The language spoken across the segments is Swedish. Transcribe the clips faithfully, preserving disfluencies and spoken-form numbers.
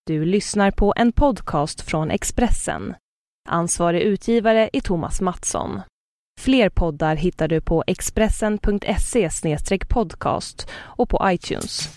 Du lyssnar på en podcast från Expressen. Ansvarig utgivare är Thomas Mattsson. Fler poddar hittar du på expressen punkt se slash podcast och på iTunes.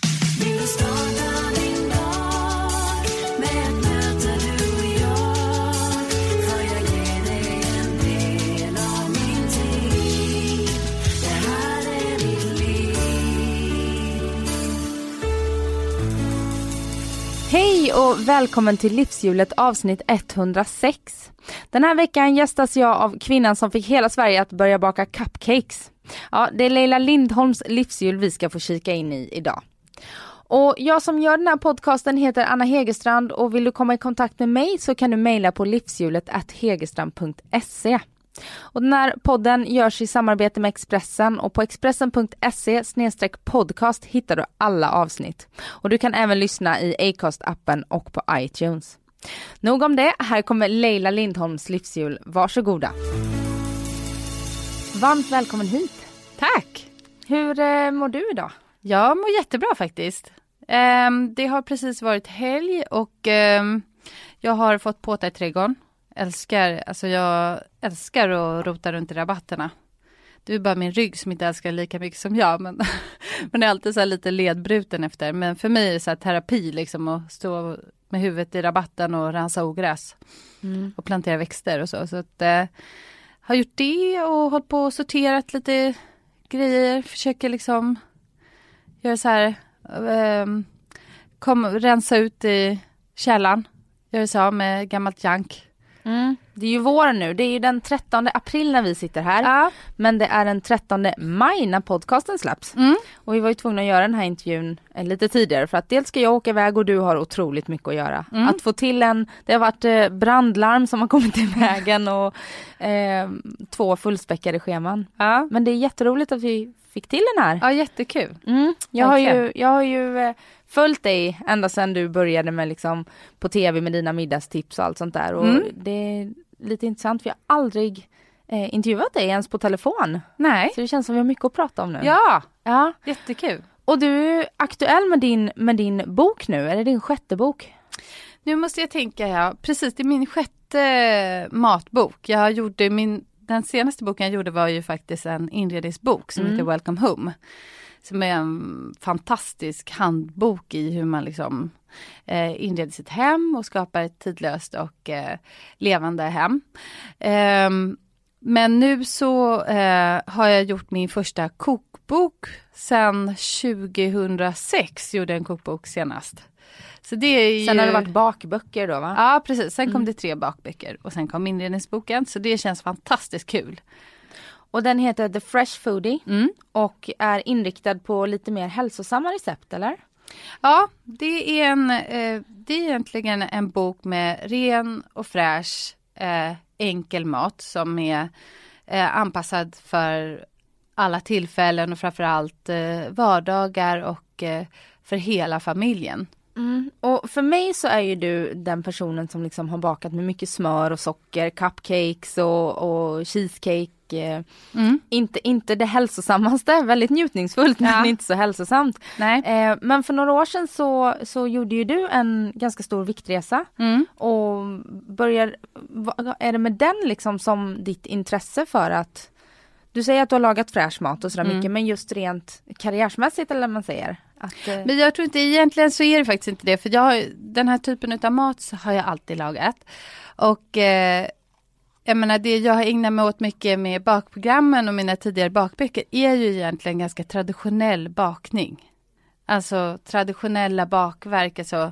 Hej och välkommen till Livshjulet avsnitt etthundrasex. Den här veckan gästas jag av kvinnan som fick hela Sverige att börja baka cupcakes. Ja, det är Leila Lindholms livshjul vi ska få kika in i idag. Och jag som gör den här podcasten heter Anna Hegerstrand och vill du komma i kontakt med mig så kan du mejla på livshjulet at hegerstrand punkt se. Och den här podden görs i samarbete med Expressen och på expressen punkt se slash podcast hittar du alla avsnitt. Och du kan även lyssna i Acast-appen och på iTunes. Nog om det, här kommer Leila Lindholms livshjul. Varsågoda. Varmt välkommen hit. Tack. Hur eh, mår du idag? Jag mår jättebra faktiskt. Um, det har precis varit helg och um, jag har fått påta i trädgården. Älskar, alltså jag älskar att rota runt i rabatterna. Det är bara min rygg som inte älskar lika mycket som jag. Men, men är alltid så här lite ledbruten efter. Men för mig är det så här terapi liksom att stå med huvudet i rabatten och rensa ogräs. Mm. Och plantera växter och så. Så att eh, har gjort det och hållit på och sorterat lite grejer. Försöker liksom göra så här, eh, kom, rensa ut i källaren. Gör så med gammalt junk. Mm. Det är ju vår nu, det är ju den trettonde april när vi sitter här, ja. Men det är den trettonde maj när podcasten släpps. Mm. Och vi var ju tvungna att göra den här intervjun lite tidigare för att dels ska jag åka iväg och du har otroligt mycket att göra. Mm. Att få till en, det har varit brandlarm som har kommit i vägen och eh, två fullspäckade scheman. Ja. Men det är jätteroligt att vi fick till den här. Ja, jättekul. Mm. Jag, har ju, jag har ju följt dig ända sedan du började med liksom på tv med dina middagstips och allt sånt där. Och mm. det är lite intressant för jag har aldrig eh, intervjuat dig ens på telefon. Nej. Så det känns som vi har mycket att prata om nu. Ja, ja. Jättekul. Och du är aktuell med din, med din bok nu. Är det din sjätte bok? Nu måste jag tänka, ja. Precis, det är min sjätte matbok. Jag gjorde min... Den senaste boken jag gjorde var ju faktiskt en inredningsbok som mm. heter Welcome Home. Som är en fantastisk handbok i hur man liksom eh, inreder sitt hem och skapar ett tidlöst och eh, levande hem. Eh, men nu så eh, har jag gjort min första kokbok sedan tjugohundrasex. Gjorde en kokbok senast. Så det är ju... Sen har det varit bakböcker då, va? Ja, precis. Sen kom mm. det tre bakböcker. Och sen kom inredningsboken. Så det känns fantastiskt kul. Och den heter The Fresh Foodie. Mm. Och är inriktad på lite mer hälsosamma recept, eller? Ja, det är, en, eh, det är egentligen en bok med ren och fräsch eh, enkel mat. Som är eh, anpassad för alla tillfällen. Och framförallt eh, vardagar och eh, för hela familjen. Mm. Och för mig så är ju du den personen som liksom har bakat med mycket smör och socker, cupcakes och, och cheesecake. Mm. Inte, inte det hälsosammaste, väldigt njutningsfullt ja. Men inte så hälsosamt. Nej. Eh, men för några år sedan så, så gjorde ju du en ganska stor viktresa. Mm. Och börjar, är det med den liksom som ditt intresse för att du säger att du har lagat fräsch mat och sådär mm. mycket, men just rent karriärsmässigt eller man säger? Att, eh... Men jag tror inte, egentligen så är det faktiskt inte det. För jag har, den här typen av mat så har jag alltid lagat. Och eh, jag menar, det jag har ägnat mig åt mycket med bakprogrammen och mina tidigare bakböcker är ju egentligen ganska traditionell bakning. Alltså traditionella bakverk, alltså...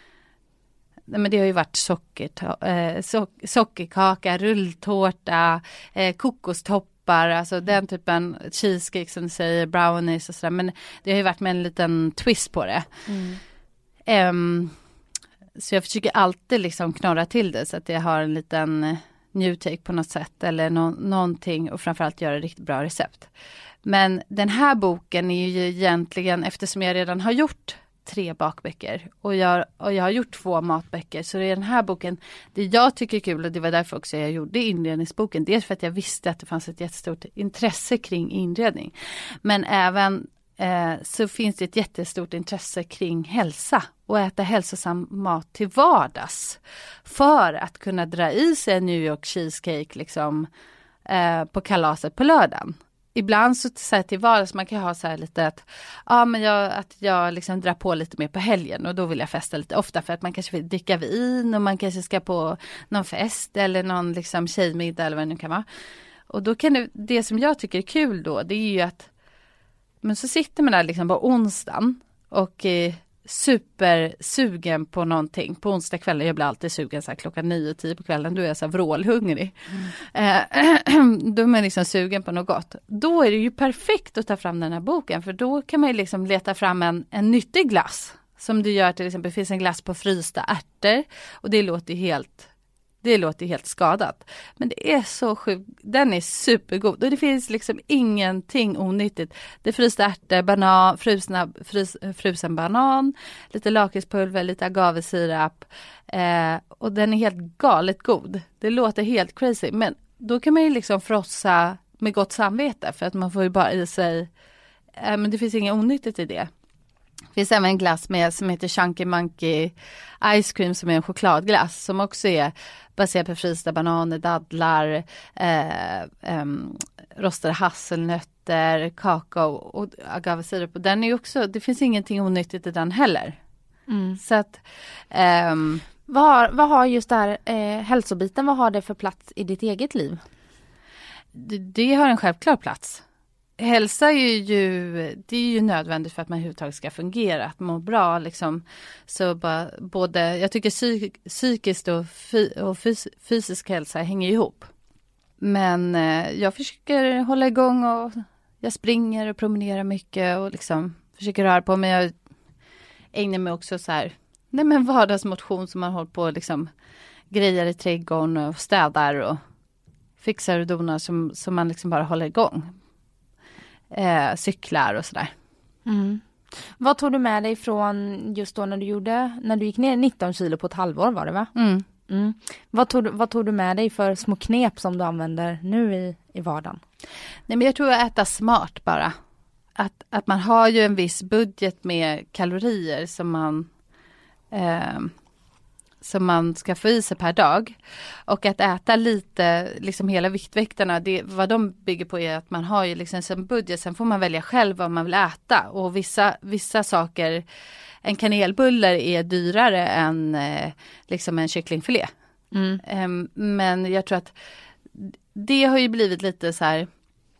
Men det har ju varit socker, eh, so- sockerkaka, rulltårta, eh, kokostoppar, alltså den typen cheesecake som du säger, brownies och sådär. Men det har ju varit med en liten twist på det. Mm. Um, så jag försöker alltid liksom knorra till det så att jag har en liten new take på något sätt eller no- någonting och framförallt göra riktigt bra recept. Men den här boken är ju egentligen, eftersom jag redan har gjort tre bakböcker och jag, och jag har gjort två matböcker, så det är den här boken, det jag tycker är kul, och det var därför också jag gjorde inredningsboken, dels för att jag visste att det fanns ett jättestort intresse kring inredning, men även eh, så finns det ett jättestort intresse kring hälsa och äta hälsosam mat till vardags för att kunna dra i sig en New York cheesecake liksom, eh, på kalaset på lördagen. Ibland så, så här, till vardags man kan ha så här lite att, ja, men jag, att jag liksom drar på lite mer på helgen och då vill jag festa lite ofta för att man kanske vill dricka vin och man kanske ska på någon fest eller någon liksom tjejmiddag eller vad det nu kan vara. Och då kan det, det som jag tycker är kul då, det är ju att men så sitter man där liksom på onsdagen och är supersugen på någonting. På onsdag kvällen, jag blir alltid sugen så här, klockan nio, tio på kvällen, då är jag så här vrålhungrig. Mm. Eh, då är man liksom sugen på något gott. Då är det ju perfekt att ta fram den här boken, för då kan man ju liksom leta fram en, en nyttig glass. Som du gör till exempel, det finns en glass på frysta ärtor och det låter helt... Det låter helt skadat. Men det är så sjukt. Den är supergod. Och det finns liksom ingenting onyttigt. Det är frysta ärtor, banan, frusna, frus, frusen banan, lite lakritspulver, lite agavesirap. Eh, och den är helt galet god. Det låter helt crazy. Men då kan man ju liksom frossa med gott samvete. För att man får ju bara i sig... Eh, men det finns inget onyttigt i det. Det finns även en glass med som heter Chunky Monkey Ice Cream som är en chokladglass som också är baserad på frysta bananer, dadlar, eh, eh, rostade hasselnötter, kakao och agavesirap. Den är också, det finns ingenting onyttigt i den heller. Mm. Så att, ehm, vad, har, vad har just det här eh, hälsobiten, vad har det för plats i ditt eget liv? Det, det har en självklar plats. Hälsa är ju, det är ju nödvändigt för att man överhuvudtaget ska fungera, att må bra liksom. Så bara, både, jag tycker psyk, psykiskt och, fy, och fys, fysisk hälsa hänger ihop. Men eh, jag försöker hålla igång och jag springer och promenerar mycket och liksom försöker röra på mig. Jag ägnar mig också så här, nej men vardagsmotion som man håller på liksom grejer i trädgården och städar och fixar och donar som, som man liksom bara håller igång. Eh, cyklar och sådär. Mm. Vad tog du med dig från just då när du gjorde, när du gick ner nitton kilo på ett halvår var det va? Mm. Mm. Vad, tog, vad tog du med dig för små knep som du använder nu i, i vardagen? Nej, men jag tror att äta smart bara. Att, att man har ju en viss budget med kalorier som man eh, som man ska få i sig per dag. Och att äta lite, liksom hela Viktväktarna, det, vad de bygger på är att man har ju liksom en budget, sen får man välja själv vad man vill äta. Och vissa, vissa saker, en kanelbulle är dyrare än eh, liksom en kycklingfilé. Mm. Um, men jag tror att det har ju blivit lite så här,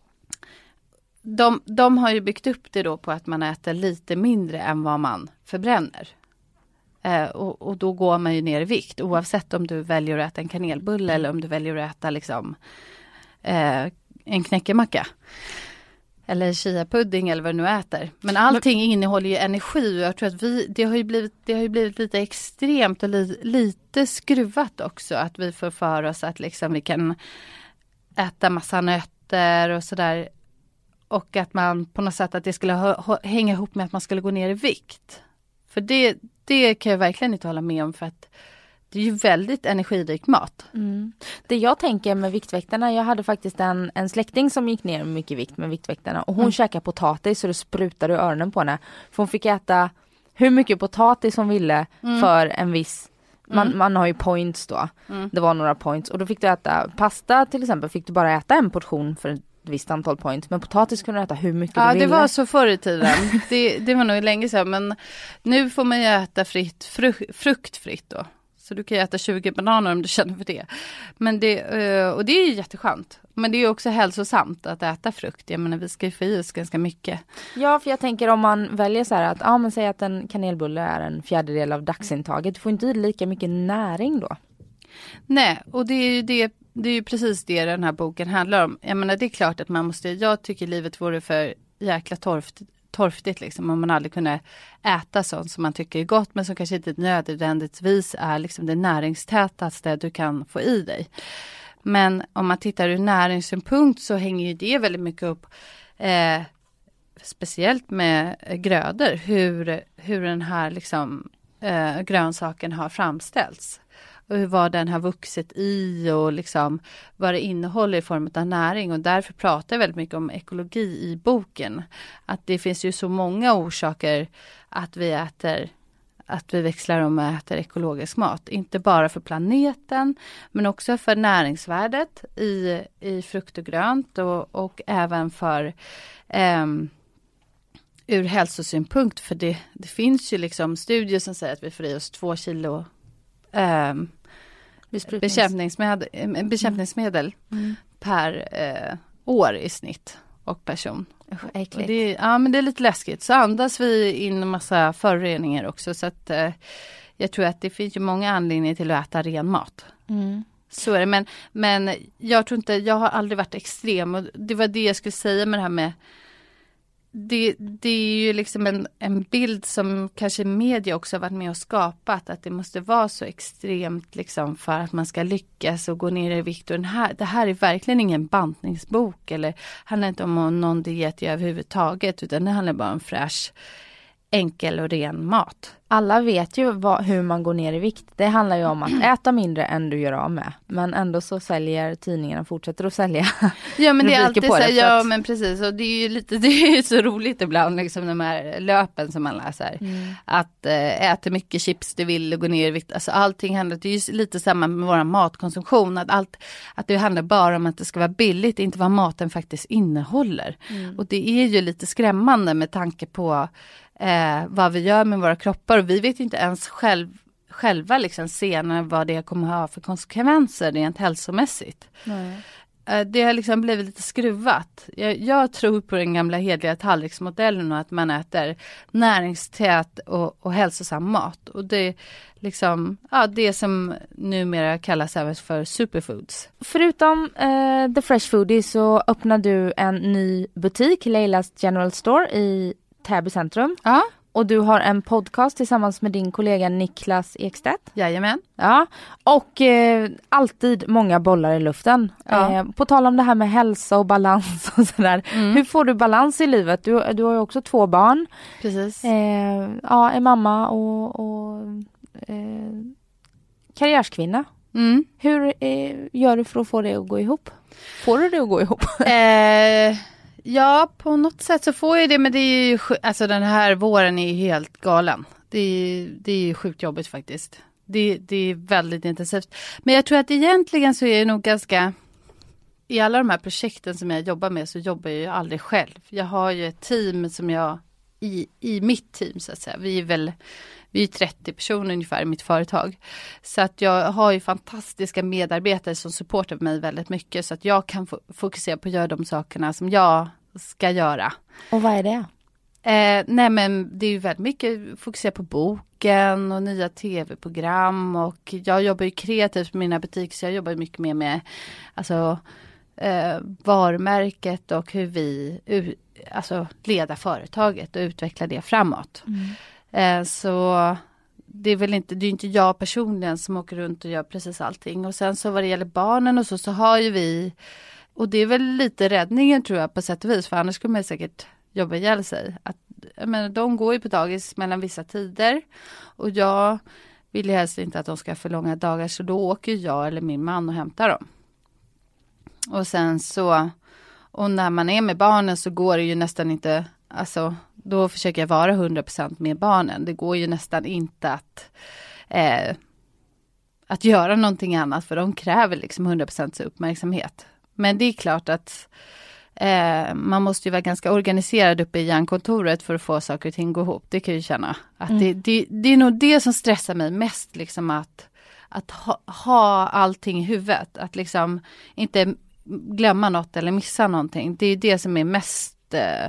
de, de har ju byggt upp det då på att man äter lite mindre än vad man förbränner. Eh, och, och då går man ju ner i vikt oavsett om du väljer att äta en kanelbulle eller om du väljer att äta liksom, eh, en knäckemacka. Eller chia-pudding eller vad du nu äter. Men allting Men, innehåller ju energi och jag tror att vi, det har ju blivit, det har ju blivit lite extremt och li, lite skruvat också. Att vi får för oss att liksom vi kan äta massa nötter och sådär. Och att man på något sätt att det skulle ha, ha, hänga ihop med att man skulle gå ner i vikt. För det, det kan jag verkligen inte hålla med om för att det är ju väldigt energirik mat. Mm. Det jag tänker med Viktväktarna, jag hade faktiskt en, en släkting som gick ner mycket i vikt med Viktväktarna. Och hon mm. käkade potatis så det sprutade ur öronen på henne. För hon fick äta hur mycket potatis hon ville mm. för en viss... Man, mm. man har ju points då. Mm. Det var några points. Och då fick du äta pasta till exempel. Fick du bara äta en portion för ett visst antal points. Men potatis kunde du äta hur mycket ja, du ville. Ja, det var så förr i tiden. det, det var nog länge sedan. Men nu får man ju äta fritt, fru, fruktfritt då. Så du kan ju äta tjugo bananer om du känner för det. Men det, och det är ju jätteskönt. Men det är också hälsosamt att äta frukt. Jag menar, vi ska ju få i oss ganska mycket. Ja, för jag tänker om man väljer så här att, ja men säg att en kanelbulle är en fjärdedel av dagsintaget. Du får inte i lika mycket näring då. Nej, och det är ju det, det är ju precis det den här boken handlar om. Jag menar, det är klart att man måste, jag tycker livet vore för jäkla torft. torftigt liksom, om man aldrig kunde äta sånt som man tycker är gott men som kanske inte nödvändigtvis är liksom det näringstätaste du kan få i dig. Men om man tittar ur näringssynpunkt så hänger ju det väldigt mycket upp eh, speciellt med grödor, hur, hur den här liksom, eh, grönsaken har framställts. och vad den har vuxit i och liksom vad det innehåller i form av näring. Och därför pratar jag väldigt mycket om ekologi i boken. Att det finns ju så många orsaker att vi äter, att vi växlar om och äter ekologisk mat. Inte bara för planeten men också för näringsvärdet i, i frukt och grönt och, och även för ehm, ur hälsosynpunkt. För det, det finns ju liksom studier som säger att vi får i oss två kilo ehm, bekämpningsmedel, bekämpningsmedel mm. per eh, år i snitt och person. Usch, och det, ja, men det är lite läskigt. Så andas vi in en massa föroreningar också. Så att eh, jag tror att det finns ju många anledningar till att äta ren mat. Mm. Så är det. Men, men jag tror inte, jag har aldrig varit extrem. Och det var det jag skulle säga med det här med Det, det är ju liksom en, en bild som kanske media också har varit med och skapat. Att det måste vara så extremt liksom för att man ska lyckas och gå ner i vikt. Och den här, det här är verkligen ingen bantningsbok. Eller handlar inte om någon diet överhuvudtaget. Utan det handlar bara om fräsch, enkel och ren mat. Alla vet ju vad, hur man går ner i vikt. Det handlar ju om att äta mindre än du gör av med. Men ändå så säljer tidningarna, fortsätter att sälja. Ja men det är alltid så, det, ja att... men precis. Och det är ju lite, det är ju så roligt ibland liksom de här löpen som man läser. Mm. Att äh, äta mycket chips du vill och gå ner i vikt. Alltså allting handlar, det är ju lite samma med vår matkonsumtion. Att, allt, att det handlar bara om att det ska vara billigt, inte vad maten faktiskt innehåller. Mm. Och det är ju lite skrämmande med tanke på Eh, vad vi gör med våra kroppar och vi vet inte ens själv, själva liksom senare vad det kommer att ha för konsekvenser rent hälsomässigt. Mm. Eh, det har liksom blivit lite skruvat. Jag, jag tror på den gamla hedliga tallriksmodellen och att man äter näringstät och, och hälsosam mat. Och det är liksom ja, det som numera kallas även för superfoods. Förutom eh, The Fresh Foodie så öppnar du en ny butik, Leilas General Store i Täby centrum. Ja. Och du har en podcast tillsammans med din kollega Niklas Ekstedt. Jajamän. Ja. Och eh, alltid många bollar i luften. Ja. Eh, på tal om det här med hälsa och balans och sådär. Mm. Hur får du balans i livet? Du, du har ju också två barn. Precis. Eh, ja, är mamma och, och eh, karriärskvinna. Mm. Hur eh, gör du för att få det att gå ihop? Får du det att gå ihop? eh... Ja, på något sätt så får jag det, men det är ju, alltså den här våren är ju helt galen. Det är, det är ju sjukt jobbigt faktiskt. Det, det är väldigt intensivt. Men jag tror att egentligen så är det nog ganska, i alla de här projekten som jag jobbar med så jobbar jag ju aldrig själv. Jag har ju ett team som jag, i, i mitt team så att säga, vi är väl, vi är trettio personer ungefär i mitt företag. Så att jag har ju fantastiska medarbetare som supportar mig väldigt mycket. Så att jag kan f- fokusera på att göra de sakerna som jag ska göra. Och vad är det? Eh, nej men det är ju väldigt mycket fokusera på boken och nya tv-program. Och jag jobbar ju kreativt med mina butiker så jag jobbar mycket mer med alltså, eh, varumärket och hur vi u- alltså, leder företaget och utvecklar det framåt. Mm. Så det är väl inte, det är inte jag personligen som åker runt och gör precis allting. Och sen så vad det gäller barnen och så, så har ju vi, och det är väl lite räddningen tror jag på sätt och vis, för annars skulle man säkert jobba ihjäl sig. Att, jag menar, de går ju på dagis mellan vissa tider och jag vill ju helst inte att de ska ha för långa dagar, så då åker jag eller min man och hämtar dem. Och sen så, och när man är med barnen så går det ju nästan inte, alltså då försöker jag vara hundra procent med barnen. Det går ju nästan inte att, eh, att göra någonting annat. För de kräver liksom hundra procent uppmärksamhet. Men det är klart att eh, man måste ju vara ganska organiserad uppe i hjärnkontoret för att få saker och ting gå ihop. Det kan jag ju känna. Att mm. det, det, det är nog det som stressar mig mest. Liksom att att ha, ha allting i huvudet. Att liksom inte glömma något eller missa någonting. Det är det som är mest... Eh,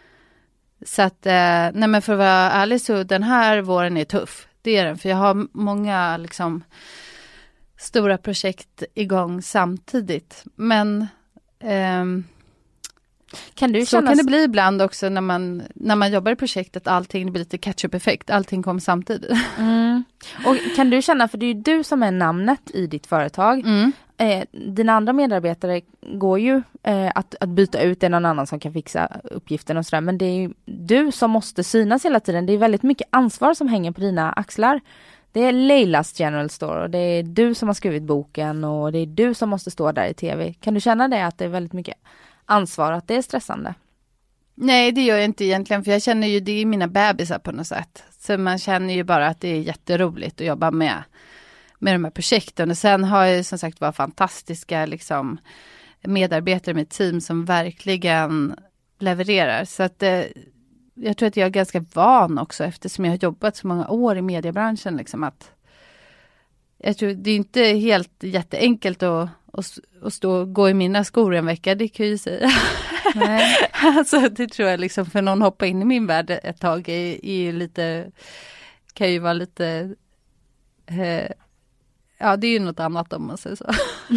Så att, eh, nej men för att vara ärlig så den här våren är tuff. Det är den, för jag har många liksom stora projekt igång samtidigt. Men ehm, kan du så känna... kan det bli ibland också när man, när man jobbar i projektet. Allting, det blir lite catch-up-effekt. Allting kommer samtidigt. Mm. Och kan du känna, för det är ju du som är namnet i ditt företag. Mm. Eh, dina andra medarbetare går ju eh, att, att byta ut en annan som kan fixa uppgiften och sådär. Men det är ju du som måste synas hela tiden. Det är väldigt mycket ansvar som hänger på dina axlar. Det är Leilas General Store och det är du som har skrivit boken och det är du som måste stå där i tv. Kan du känna det att det är väldigt mycket ansvar, att det är stressande? Nej, det gör jag inte egentligen, för jag känner ju det är mina bebisar på något sätt. Så man känner ju bara att det är jätteroligt att jobba med, med de här projekten. Och sen har jag som sagt varit fantastiska liksom, medarbetare med team som verkligen levererar. Så att eh, jag tror att jag är ganska van också eftersom jag har jobbat så många år i mediebranschen. Liksom, att jag tror det är inte helt jätteenkelt att, att, att stå och gå i mina skor en vecka, det kan jag ju säga. Nej. Alltså det tror jag liksom, för någon hoppa in i min värld ett tag är, är lite, kan ju vara lite, eh, ja det är ju något annat om man säger så.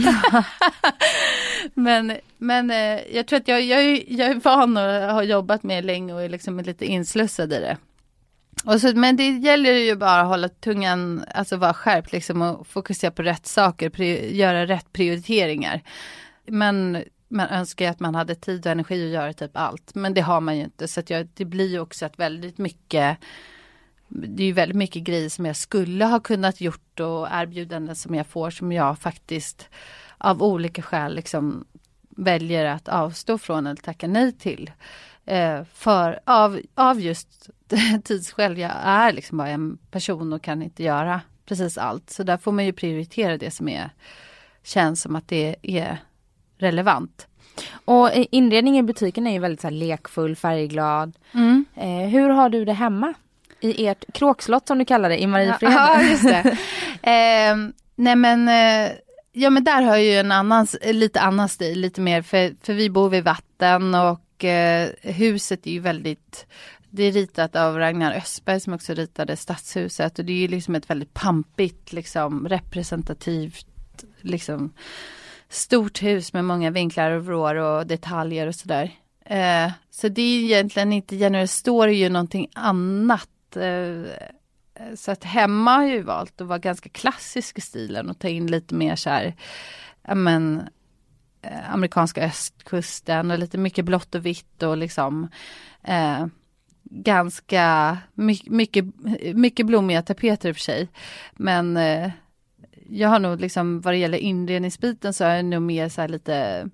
men men eh, jag tror att jag, jag, är, jag är van och har jobbat med länge och är liksom lite inslussad i det. Och så, men det gäller ju bara att hålla tungan, alltså vara skärpt liksom och fokusera på rätt saker, pri- göra rätt prioriteringar. Men man önskar att man hade tid och energi att göra typ allt. Men det har man ju inte. Så att jag, det blir ju också att väldigt mycket, det är ju väldigt mycket grejer som jag skulle ha kunnat gjort och erbjudanden som jag får som jag faktiskt av olika skäl liksom väljer att avstå från eller tacka nej till. Eh, för av, av just tidsskäl, jag är liksom bara en person och kan inte göra precis allt. Så där får man ju prioritera det som är, känns som att det är relevant. Och inredningen i butiken är ju väldigt så här lekfull, färgglad. Mm. Eh, hur har du det hemma? I ert kråkslott som du kallar det, i Mariefred. Ja, just det. eh, nej men, eh, ja men där har jag ju en annan, lite annan stil, lite mer, för, för vi bor vid vatten och eh, huset är ju väldigt, det är ritat av Ragnar Östberg som också ritade Stadshuset och det är ju liksom ett väldigt pampigt, liksom representativt, liksom stort hus med många vinklar och vrår och detaljer och sådär. Eh, så det är egentligen inte, General Store är ju någonting annat. Eh, så att hemma har jag ju valt att vara ganska klassisk i stilen och ta in lite mer så här, ja men, eh, amerikanska östkusten och lite mycket blått och vitt och liksom eh, ganska my- mycket, mycket blommiga tapeter i och för sig. Men eh, jag har nog liksom, vad det gäller inredningsbiten så är jag nog mer så här lite,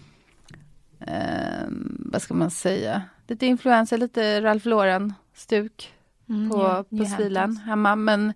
eh, vad ska man säga, lite influenser, lite Ralph Lauren-stuk mm, på, ja, på stilen hemma. Men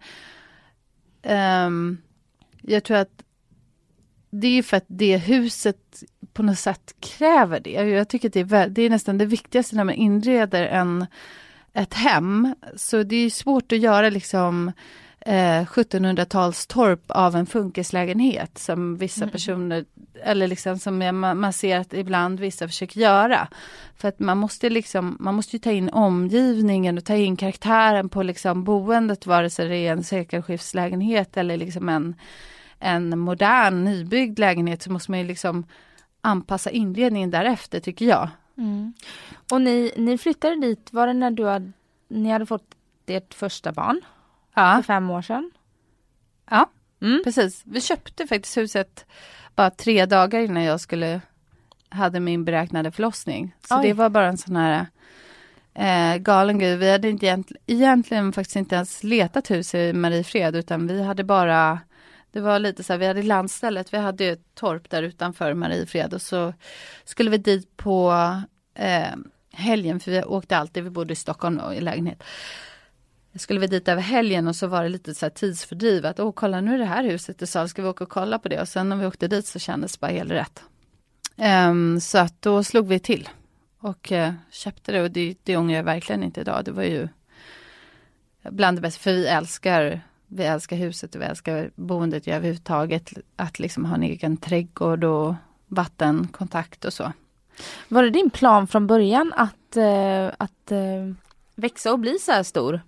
eh, jag tror att det är för att det huset på något sätt kräver det. Jag tycker att det är, det är nästan det viktigaste när man inreder en, ett hem. Så det är svårt att göra liksom Eh, sjuttonhundratals-torp av en funkislägenhet som vissa mm. personer, eller liksom som jag, man, man ser att ibland vissa försöker göra. För att man måste liksom, man måste ju ta in omgivningen och ta in karaktären på liksom boendet, vare sig det är en sekelskiftslägenhet eller liksom en, en modern nybyggd lägenhet, så måste man ju liksom anpassa inredningen därefter, tycker jag. Mm. Och ni, ni flyttade dit, var det när du hade, ni hade fått ert första barn? Ja. För fem år sedan. Ja, mm. precis. Vi köpte faktiskt huset bara tre dagar innan jag skulle hade min beräknade förlossning. Så Oj. Det var bara en sån här eh, galen grej. Vi hade inte egentligen, egentligen faktiskt inte ens letat hus i Mariefred, utan vi hade bara, det var lite så här, vi hade landstället, vi hade ett torp där utanför Mariefred och så skulle vi dit på eh, helgen, för vi åkte alltid, vi bodde i Stockholm och i lägenhet. Skulle vi dit över helgen och så var det lite så här tidsfördrivet. Åh, kolla nu är det här huset i sal, ska vi åka och kolla på det? Och sen när vi åkte dit så kändes det bara helt rätt. Um, så att då slog vi till och uh, köpte det, och det, det ångrar jag verkligen inte idag. Det var ju bland det bästa, för vi älskar, vi älskar huset och vi älskar boendet i överhuvudtaget. Att liksom ha en egen trädgård och vattenkontakt och så. Var det din plan från början att, uh, att uh, växa och bli så här stor?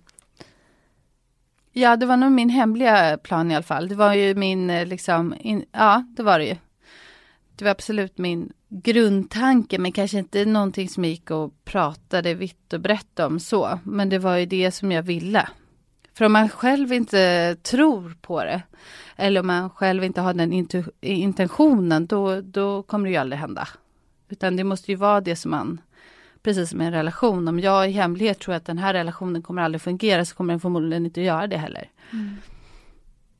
Ja, det var nog min hemliga plan i alla fall. Det var ju min, liksom, in, ja, det var det ju. Det var absolut min grundtanke, men kanske inte någonting som jag gick och pratade vitt och brett om så. Men det var ju det som jag ville. För om man själv inte tror på det, eller om man själv inte har den intu- intentionen, då, då kommer det ju aldrig hända. Utan det måste ju vara det som man, precis som en relation. Om jag i hemlighet tror att den här relationen kommer aldrig fungera, så kommer den förmodligen inte göra det heller. Mm.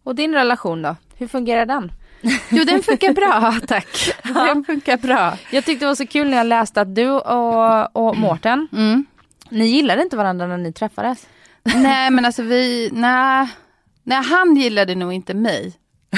Och din relation då? Hur fungerar den? Jo, den funkar bra, tack. Den funkar bra. Jag tyckte det var så kul när jag läste att du och, och Mårten, Mm. ni gillade inte varandra när ni träffades. Nej, men alltså vi, nej, nej, han gillade nog inte mig.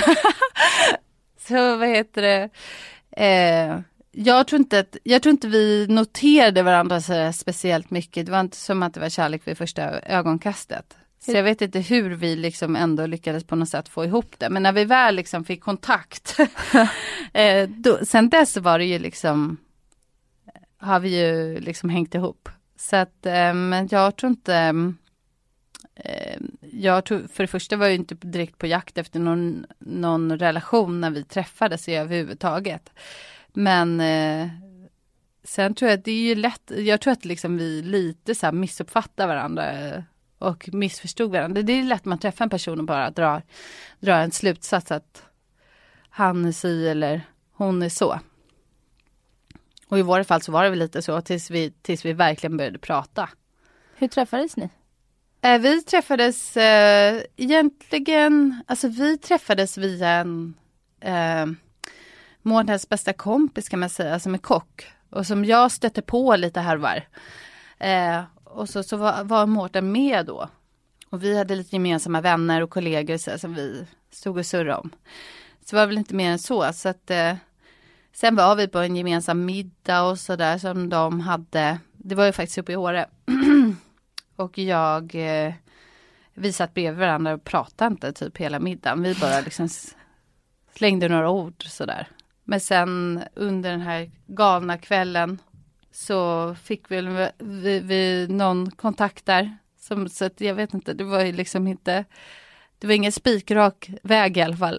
Så vad heter det? Eh, jag tror inte att, jag tror inte vi noterade varandra så speciellt mycket. Det var inte som att det var kärlek vid första ögonkastet. Så jag vet inte hur vi liksom ändå lyckades på något sätt få ihop det. Men när vi väl liksom fick kontakt, eh, då, sen dess var det ju liksom, har vi ju liksom hängt ihop. Så att, eh, men jag tror inte, eh, jag tror, för det första var jag ju inte direkt på jakt efter någon, någon relation när vi träffades överhuvudtaget. Men eh, sen tror jag att det är ju lätt, jag tror att liksom vi lite så här missuppfattar varandra och missförstod varandra. Det är lätt att man träffar en person och bara drar, drar en slutsats att han är si eller hon är så. Och i våra fall så var det väl lite så tills vi, tills vi verkligen började prata. Hur träffades ni? Eh, vi träffades eh, egentligen, alltså vi träffades via en eh, Mårtens bästa kompis kan man säga, som är kock. Och som jag stötte på lite här var. Eh, och så, så var, var Mårten med då. Och vi hade lite gemensamma vänner och kollegor så här, som vi stod och surrade om. Så det var väl inte mer än så. Så att, eh, sen var vi på en gemensam middag och sådär som de hade. Det var ju faktiskt uppe i Åre. Och jag, eh, vi satt bredvid varandra och pratade inte typ hela middagen. Vi bara liksom slängde några ord sådär. Men sen under den här galna kvällen så fick vi, vi, vi någon kontakt där. Som, så att jag vet inte, det var ju liksom inte, det var ingen spikrak väg i alla fall.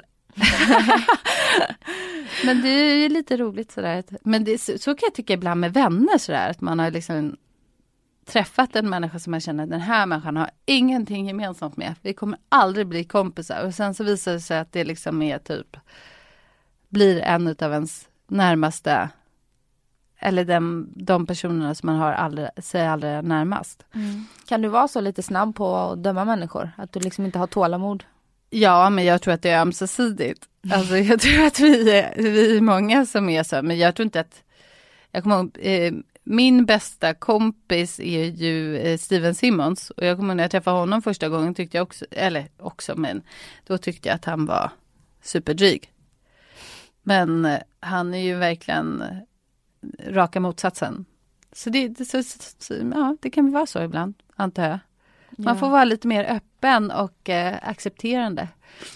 Men det är ju lite roligt sådär. Men det, så, så kan jag tycka ibland med vänner sådär. Att man har liksom träffat en människa som man känner att den här människan har ingenting gemensamt med. Vi kommer aldrig bli kompisar. Och sen så visar det sig att det liksom är typ, blir en av ens närmaste, eller de, de personerna som man har aldrig, sig allra närmast. Mm. Kan du vara så lite snabb på att döma människor? Att du liksom inte har tålamod? Ja, men jag tror att det är ömsesidigt. Alltså jag tror att vi är, vi är många som är så. Men jag tror inte att, jag kommer ihåg, eh, min bästa kompis är ju eh, Steven Simmons. Och jag kommer ihåg när jag träffade honom första gången tyckte jag också, eller också, men då tyckte jag att han var superdryg. Men eh, han är ju verkligen eh, raka motsatsen. Så det, det, så, så, ja, det kan väl vara så ibland, antar jag. Man Ja. får vara lite mer öppen och eh, accepterande.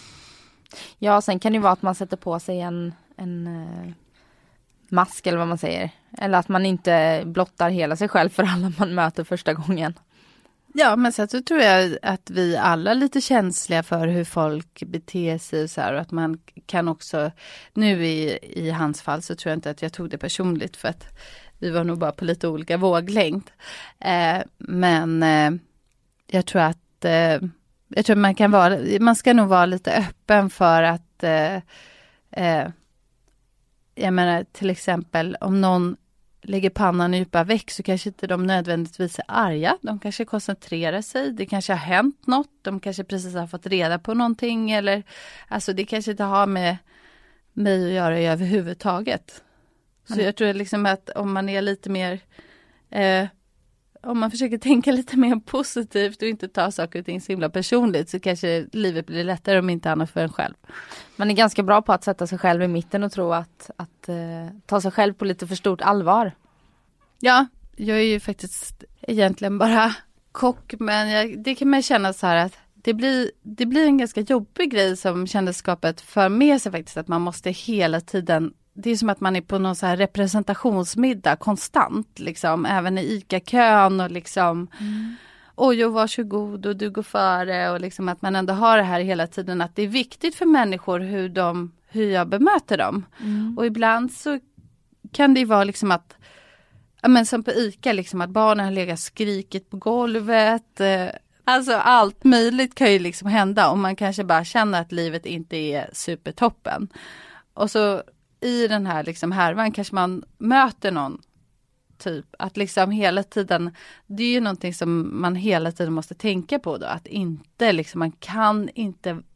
Ja, sen kan det vara att man sätter på sig en, en eh, mask eller vad man säger. Eller att man inte blottar hela sig själv för alla man möter första gången. Ja, men sen så tror jag att vi alla är lite känsliga för hur folk beter sig och så här. Och att man kan också, nu i, i hans fall så tror jag inte att jag tog det personligt. För att vi var nog bara på lite olika våglängd. Eh, men eh, jag tror att eh, jag tror man kan vara, man ska nog vara lite öppen för att eh, eh, jag menar till exempel om någon lägger pannan i djupa väck så kanske inte de nödvändigtvis är arga. De kanske koncentrerar sig. Det kanske har hänt något. De kanske precis har fått reda på någonting. Eller, alltså det kanske inte har med mig att göra överhuvudtaget. Så mm. jag tror liksom att om man är lite mer eh, om man försöker tänka lite mer positivt och inte ta saker och ting så himla personligt så kanske livet blir lättare om inte annat för en själv. Man är ganska bra på att sätta sig själv i mitten och tro att, att uh, ta sig själv på lite för stort allvar. Ja, jag är ju faktiskt egentligen bara kock, men jag, det kan man känna så här att det blir, det blir en ganska jobbig grej som kändisskapet för med sig faktiskt, att man måste hela tiden, det är som att man är på någon så här representationsmiddag konstant, liksom, även i ICA-kön och liksom, mm. oj, och varsågod och du går före och liksom att man ändå har det här hela tiden, att det är viktigt för människor hur, de, hur jag bemöter dem. Mm. Och ibland så kan det ju vara liksom att, ja men som på ICA, liksom att barnen har legat skrikit på golvet, eh, alltså allt möjligt kan ju liksom hända om man kanske bara känner att livet inte är supertoppen. Och så i den här liksom härvan kanske man möter någon typ, att liksom hela tiden, det är ju någonting som man hela tiden måste tänka på då, att inte liksom, man kan inte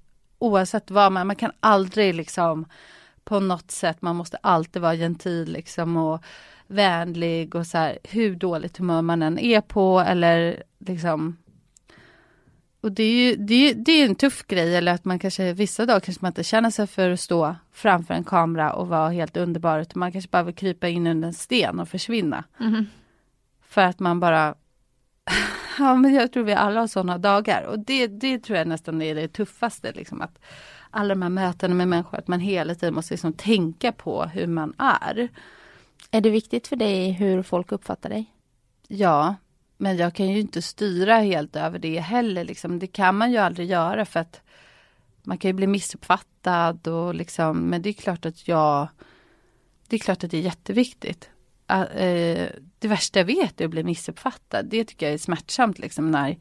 oavsett vad man, man kan aldrig liksom på något sätt, man måste alltid vara gentil liksom och vänlig och så här, hur dåligt humör man än är på eller liksom. Och det är ju det är, det är en tuff grej, eller att man kanske vissa dagar kanske man inte känner sig för att stå framför en kamera och vara helt underbar, utan man kanske bara vill krypa in under en sten och försvinna. Mm. För att man bara ja, men jag tror vi alla har sådana dagar, och det, det tror jag nästan är det tuffaste liksom, att alla de här mötena med människor, att man hela tiden måste liksom tänka på hur man är. Är det viktigt för dig hur folk uppfattar dig? Ja, men jag kan ju inte styra helt över det heller. Liksom. Det kan man ju aldrig göra, för att man kan ju bli missuppfattad. Och liksom, men det är klart att jag... Det är klart att det är jätteviktigt. Att, eh, det värsta jag vet är att bli missuppfattad. Det tycker jag är smärtsamt liksom, när,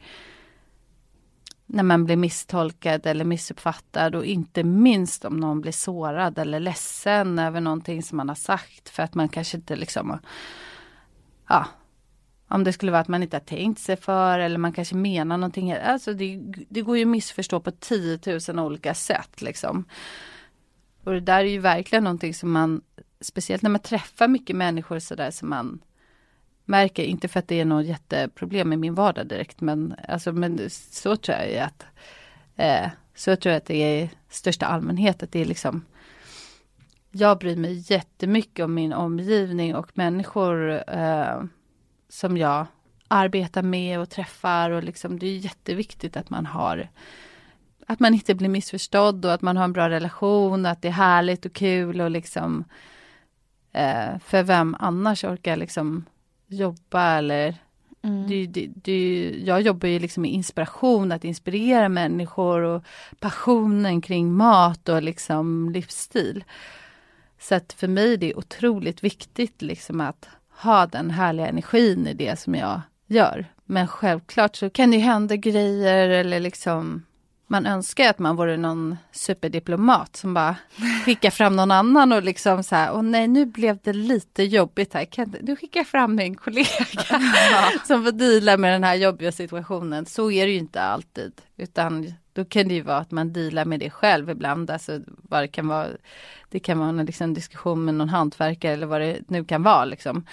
när man blir misstolkad eller missuppfattad. Och inte minst om någon blir sårad eller ledsen över någonting som man har sagt. För att man kanske inte liksom... Ja... Om det skulle vara att man inte har tänkt sig för, eller man kanske menar någonting. Alltså det, det går ju att missförstå på tiotusen olika sätt liksom. Och det där är ju verkligen någonting som man, speciellt när man träffar mycket människor så där, som man märker, inte för att det är något jätteproblem i min vardag direkt, men, alltså, men så tror jag att eh, så tror jag att det är i största allmänhet, att det är liksom, jag bryr mig jättemycket om min omgivning och människor eh, som jag arbetar med och träffar, och liksom, det är jätteviktigt att man har, att man inte blir missförstådd och att man har en bra relation, att det är härligt och kul och liksom, eh, för vem annars orkar liksom jobba eller mm. det, det, det, jag jobbar ju liksom med inspiration, att inspirera människor och passionen kring mat och liksom livsstil. Så att för mig är det otroligt viktigt liksom att ha den härliga energin i det som jag gör. Men självklart så kan det ju hända grejer, eller liksom man önskar att man vore någon superdiplomat som bara skickar fram någon annan och liksom så här, åh nej, nu blev det lite jobbigt här. Kan du skicka fram en kollega ja. som får deala med den här jobbiga situationen? Så är det ju inte alltid, utan då kan det ju vara att man dealar med det själv ibland. Alltså vad det kan vara, det kan vara en liksom diskussion med någon hantverkare eller vad det nu kan vara liksom.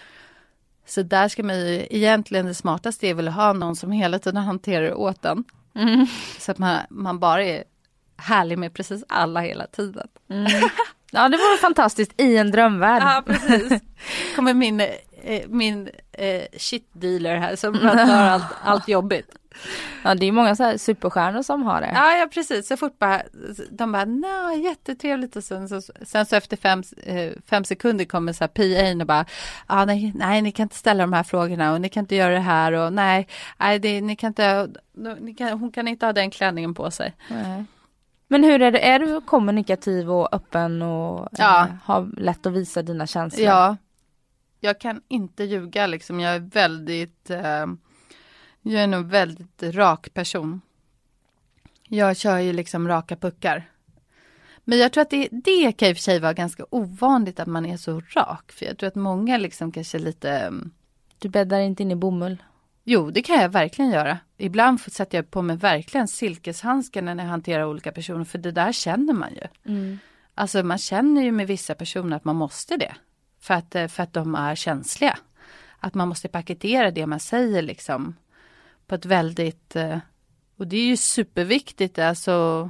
Så där ska man ju, egentligen det smartaste är väl att ha någon som hela tiden hanterar det åt en. Mm. Så att man, man bara är härlig med precis alla hela tiden. Mm. Ja, det vore fantastiskt i en drömvärld. Ja, precis. Kommer min, eh, min eh, shit dealer här som pratar allt, allt jobbigt. Ja, det är många så här superstjärnor som har det. Ja, ja precis. Så fort bara, de bara, nej, jättetrevligt. Och sen så, sen så efter fem, eh, fem sekunder kommer så här P A och bara, ah, nej, nej, ni kan inte ställa de här frågorna och ni kan inte göra det här och nej, nej det, ni kan inte, ni kan, hon kan inte ha den klänningen på sig. Nej. Men hur är det? Är du kommunikativ och öppen och ja. eh, har lätt att visa dina känslor? Ja, jag kan inte ljuga liksom. Jag är väldigt... Eh, jag är nog väldigt rak person. Jag kör ju liksom raka puckar. Men jag tror att det, det kan i och för sig vara ganska ovanligt att man är så rak. För jag tror att många liksom kanske lite... Du bäddar inte in i bomull? Jo, det kan jag verkligen göra. Ibland sätter jag på mig verkligen silkeshandskar när jag hanterar olika personer. För det där känner man ju. Mm. Alltså man känner ju med vissa personer att man måste det. För att, för att de är känsliga. Att man måste paketera det man säger liksom. På ett väldigt... Och det är ju superviktigt alltså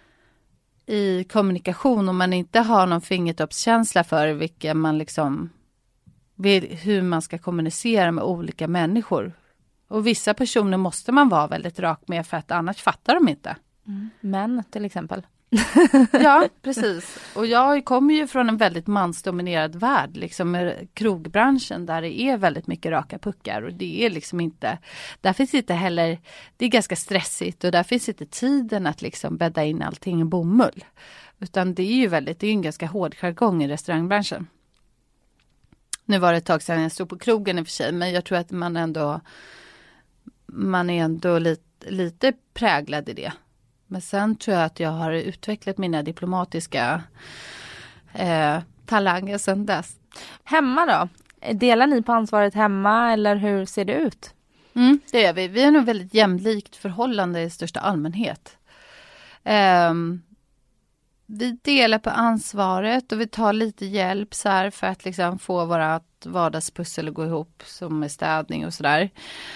i kommunikation. Om man inte har någon fingertoppskänsla för vilka man liksom... Hur man ska kommunicera med olika människor. Och vissa personer måste man vara väldigt rak med, för att annars fattar de inte. Mm. Män till exempel. Ja, precis. Och jag kommer ju från en väldigt mansdominerad värld, liksom med krogbranschen, där det är väldigt mycket raka puckar. Och det är liksom inte, där finns inte heller, det är ganska stressigt och där finns inte tiden att liksom bädda in allting i bomull. Utan det är ju väldigt, det är ju en ganska hård jargong i restaurangbranschen. Nu var det ett tag sedan jag stod på krogen i och för sig, men jag tror att man ändå man är ändå lite, lite präglad i det. Men sen tror jag att jag har utvecklat mina diplomatiska eh, talanger sedan dess. Hemma då? Delar ni på ansvaret hemma eller hur ser det ut? Mm, det gör vi. Vi har nog väldigt jämlikt förhållande i största allmänhet. Um, vi delar på ansvaret och vi tar lite hjälp så här för att liksom få vårat vardagspussel att gå ihop, som med städning och sådär.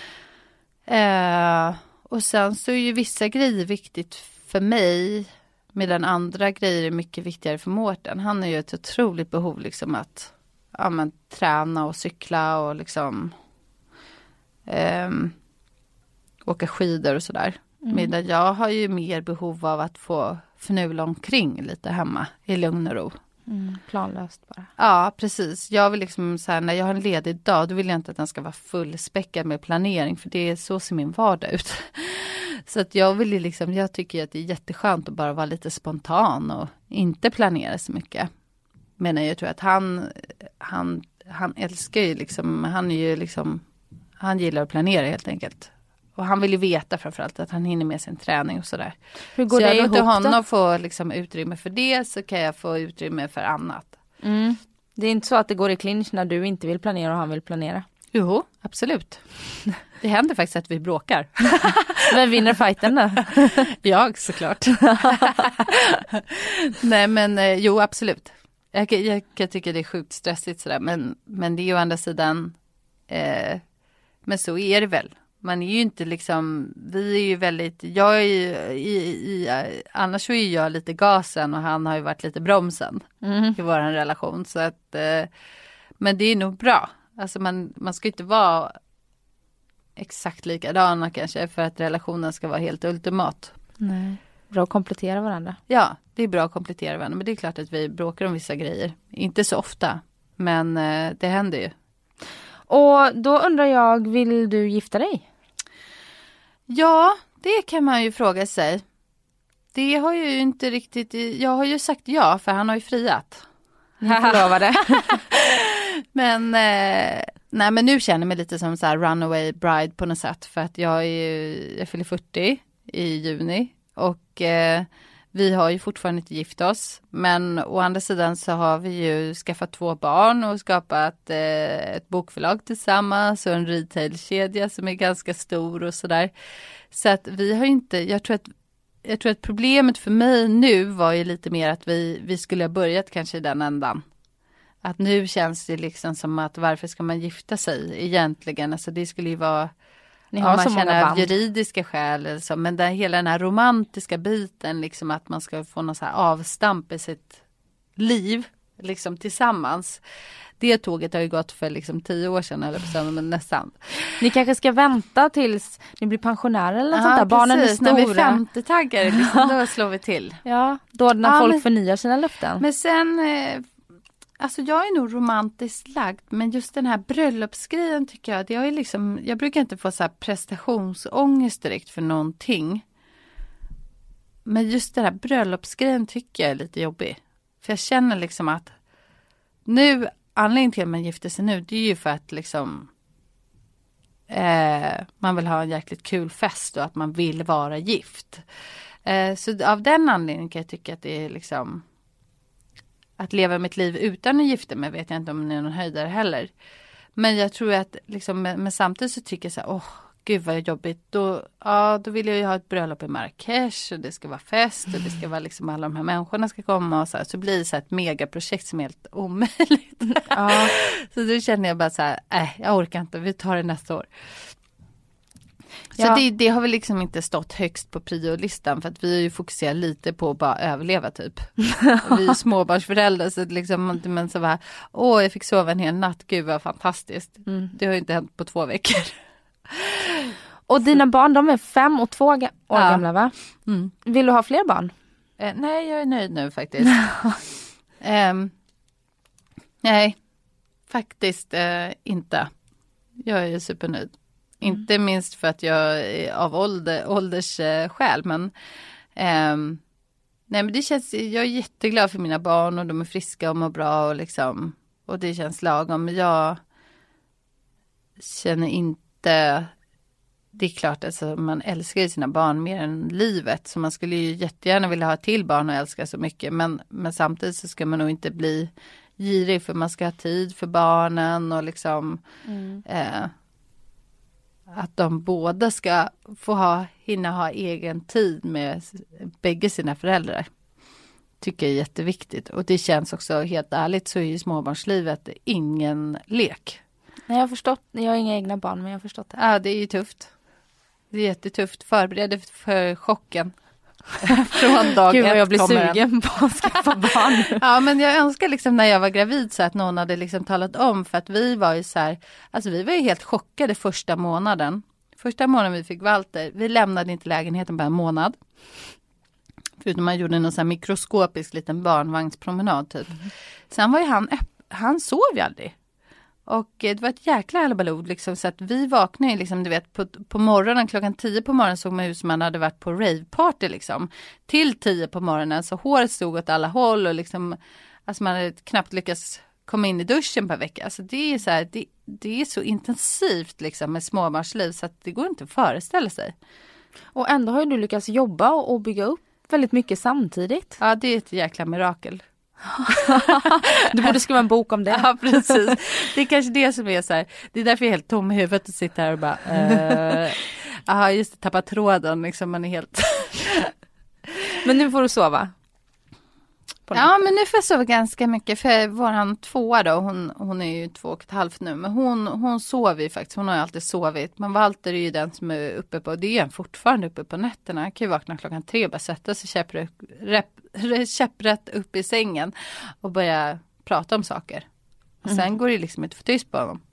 Uh, och sen så är ju vissa grejer viktigt för mig, medan andra grejer är mycket viktigare för Mårten. Han har ju ett otroligt behov liksom att ja, men, träna och cykla och liksom um, åka skidor och sådär. Mm. Medan jag har ju mer behov av att få fnula omkring lite hemma i lugn och ro. Mm, planlöst bara. Ja, precis. Jag vill liksom så här, när jag har en ledig dag, då vill jag inte att den ska vara fullspäckad med planering, för det är så ser min vardag ut. Så att jag vill ju liksom, jag tycker att det är jätteskönt att bara vara lite spontan och inte planera så mycket. Men jag tror att han, han, han älskar ju liksom, han är ju liksom, han gillar att planera helt enkelt. Och han vill ju veta framförallt att han hinner med sin träning och sådär. Hur går så det jag låter ihop honom då? få liksom utrymme för det, så kan jag få utrymme för annat. Mm. Det är inte så att det går i clinch när du inte vill planera och han vill planera? Jo, absolut. Det händer faktiskt att vi bråkar. Vem vinner fighten då? Jag såklart. Nej men eh, jo, absolut. Jag, jag, jag tycker det är sjukt stressigt sådär. Men, men det är ju å andra sidan, eh, men så är det väl. Man är ju inte liksom, vi är ju väldigt, jag är ju, i, i, annars så är jag lite gasen och han har ju varit lite bromsen mm. i vår relation. Så att, eh, men det är nog bra. Alltså man, man ska inte vara exakt likadana kanske för att relationen ska vara helt ultimat. Nej. Bra att komplettera varandra. Ja, det är bra att komplettera varandra. Men det är klart att vi bråkar om vissa grejer. Inte så ofta, men eh, det händer ju. Och då undrar jag, vill du gifta dig? Ja, det kan man ju fråga sig. Det har ju inte riktigt, jag har ju sagt ja för han har ju friat. Ni förlovade. Men, eh, nej men nu känner jag mig lite som så här runaway bride på något sätt. För att jag är ju, jag fyller fyrtio i juni och eh, vi har ju fortfarande inte gift oss. Men å andra sidan så har vi ju skaffat två barn och skapat eh, ett bokförlag tillsammans och en retailkedja som är ganska stor och sådär. Så att vi har inte, jag tror att jag tror att problemet för mig nu var ju lite mer att vi, vi skulle ha börjat kanske i den ändan. Att nu känns det liksom som att varför ska man gifta sig egentligen? Alltså det skulle ju vara, ni har ja, så man många känner band. juridiska skäl eller så. Men där, hela den här romantiska biten, liksom att man ska få någon så här avstamp i sitt liv liksom tillsammans. Det tåget har ju gått för liksom tio år sedan eller så, men nästan. Ni kanske ska vänta tills ni blir pensionärer eller något sånt där. Barnen är stora. När vi är femtio-taggar liksom, då slår vi till. Ja, då när ja, folk men, förnyar sina löften. Men sen, eh, alltså jag är nog romantiskt lagd, men just den här bröllopsgrejen tycker jag, det är liksom, jag brukar inte få så här prestationsångest direkt för någonting. Men just den här bröllopsgrejen tycker jag är lite jobbig. För jag känner liksom att nu, anledningen till att man gifter sig nu, det är ju för att liksom eh, man vill ha en jäkligt kul fest och att man vill vara gift. Eh, så av den anledningen kan jag tycka att det är liksom, att leva mitt liv utan att gifta mig vet jag inte om det är någon höjdare heller. Men jag tror att liksom, men samtidigt så tycker jag så här, åh gud vad jobbigt. Då, ja, då vill jag ju ha ett bröllop i Marrakesh och det ska vara fest och det ska vara liksom alla de här människorna ska komma och så här. Så blir det så här ett megaprojekt som är helt omöjligt. Ja. Så då känner jag bara så här, nej jag orkar inte, vi tar det nästa år. Så ja. det, det har väl liksom inte stått högst på priolistan för att vi har ju fokuserat lite på att bara överleva typ. Vi är småbarnsföräldrar så liksom, men så bara, åh jag fick sova en hel natt, gud vad fantastiskt. Mm. Det har ju inte hänt på två veckor. Och dina barn, de är fem och två år ja. gamla va? Mm. Vill du ha fler barn? Eh, nej, jag är nöjd nu faktiskt. um, nej, faktiskt eh, inte. Jag är supernöjd. Mm. Inte minst för att jag är av ålder, åldersskäl, men um, nej men det känns, jag är jätteglad för mina barn och de är friska och mår bra och liksom, och det känns lagom. Men jag känner inte, det är klart alltså man älskar ju sina barn mer än livet, så man skulle ju jättegärna vilja ha till barn och älska så mycket, men, men samtidigt så ska man nog inte bli girig för man ska ha tid för barnen och liksom mm. eh, att de båda ska få ha, hinna ha egen tid med bägge sina föräldrar. Tycker jag är jätteviktigt. Och det känns också helt ärligt så är ju småbarnslivet ingen lek. Nej, jag har förstått. Jag har inga egna barn, men jag har förstått det. Ja, det är ju tufft. Det är jättetufft. Förbered för chocken. Från dag Gud vad jag ett blir kommer sugen den. på att skaffa barn. Ja, men jag önskar liksom när jag var gravid så att någon hade liksom talat om. För att vi var ju så här, alltså vi var ju helt chockade första månaden. Första månaden vi fick Walter, vi lämnade inte lägenheten på en månad. Förutom man gjorde någon sån här mikroskopisk liten barnvagnspromenad typ. Mm. Sen var ju han, han sov ju aldrig. Och det var ett jäkla halabaloo liksom, så att vi vaknade liksom, du vet, på, på morgonen, klockan tio på morgonen såg man ut som man hade varit på raveparty liksom. Till tio på morgonen så håret stod åt alla håll och liksom, alltså man hade knappt lyckats komma in i duschen per vecka. Alltså det är så här, det, det är så intensivt liksom med småbarnsliv så att det går inte att föreställa sig. Och ändå har ju du lyckats jobba och, och bygga upp väldigt mycket samtidigt. Ja, det är ett jäkla mirakel. Du borde skriva en bok om det. Ja, precis. Det är kanske det som är så här. Det är därför jag är helt tom i huvudet och sitter här och bara eh, aha, just det, tappa tråden liksom, man är helt Men nu får du sova. Ja, men nu får jag sova ganska mycket för våran tvåa då, hon, hon är ju två och ett halvt nu, men hon, hon sover ju faktiskt, hon har ju alltid sovit, men Walter är ju den som är uppe på, det är han fortfarande uppe på nätterna, han kan ju vakna klockan tre och bara sätta sig käpprätt, käpprätt upp i sängen och börja prata om saker. Och sen mm. går det liksom inte för tyst på honom.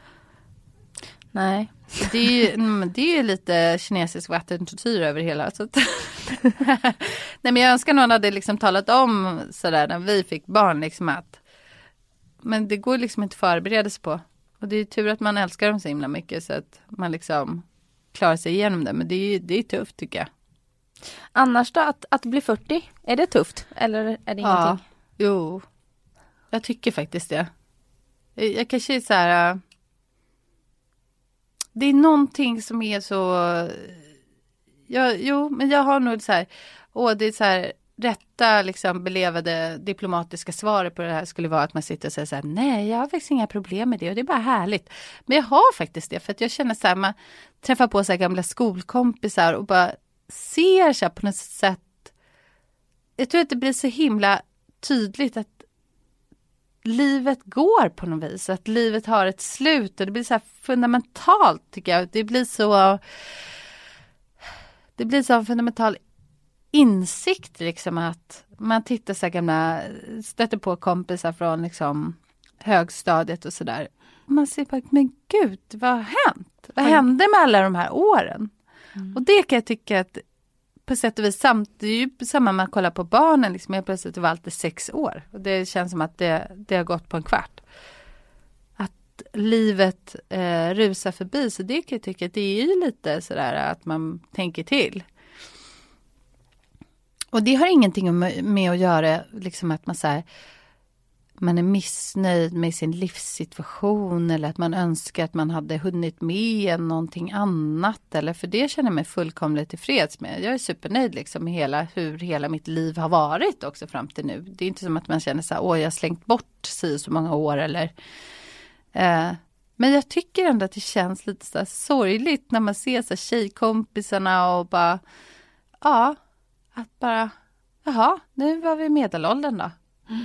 Nej. Det är ju, det är ju lite kinesisk vattentortyr över hela. Så att nej, men jag önskar någon hade liksom talat om sådär när vi fick barn liksom att men det går liksom inte förbereda sig på. Och det är tur att man älskar dem så himla mycket så att man liksom klarar sig igenom det. Men det är, det är tufft tycker jag. Annars då, att, att bli fyrtio, är det tufft? Eller är det ingenting? Ja, jo. Jag tycker faktiskt det. Jag kanske är så här... Det är någonting som är så... Ja, jo, men jag har nog så här... Åh, det är så här... Rätta liksom belevade diplomatiska svaret på det här skulle vara att man sitter och säger så här: nej, jag har faktiskt inga problem med det och det är bara härligt. Men jag har faktiskt det för att jag känner så här, man träffar på så här gamla skolkompisar och bara ser så här på något sätt. Jag tror att det blir så himla tydligt att livet går på något vis. Att livet har ett slut och det blir så här fundamentalt tycker jag. Det blir så det blir så en fundamental insikt liksom att man tittar så här gamla, stöter på kompisar från liksom högstadiet och sådär. Man ser på, men gud, vad har hänt? Vad hände med alla de här åren? Mm. Och det kan jag tycka att på sätt och vis, samt, det är ju samma man kollar på barnen, liksom, jag plötsligt var alltid sex år. Och det känns som att det, det har gått på en kvart. Att livet eh, rusar förbi, så det kan jag tycka att det är ju lite sådär att man tänker till. Och det har ingenting med att göra liksom att man så här, man är missnöjd med sin livssituation eller att man önskar att man hade hunnit med någonting annat. Eller för det känner jag mig fullkomligt tillfreds med. Jag är supernöjd liksom med hela, hur hela mitt liv har varit också fram till nu. Det är inte som att man känner så här, åh jag har slängt bort sig så många år eller... Eh, men jag tycker ändå att det känns lite så här sorgligt när man ser så här tjejkompisarna och bara... Ja... Att bara, jaha, nu var vi medelåldern då. Mm.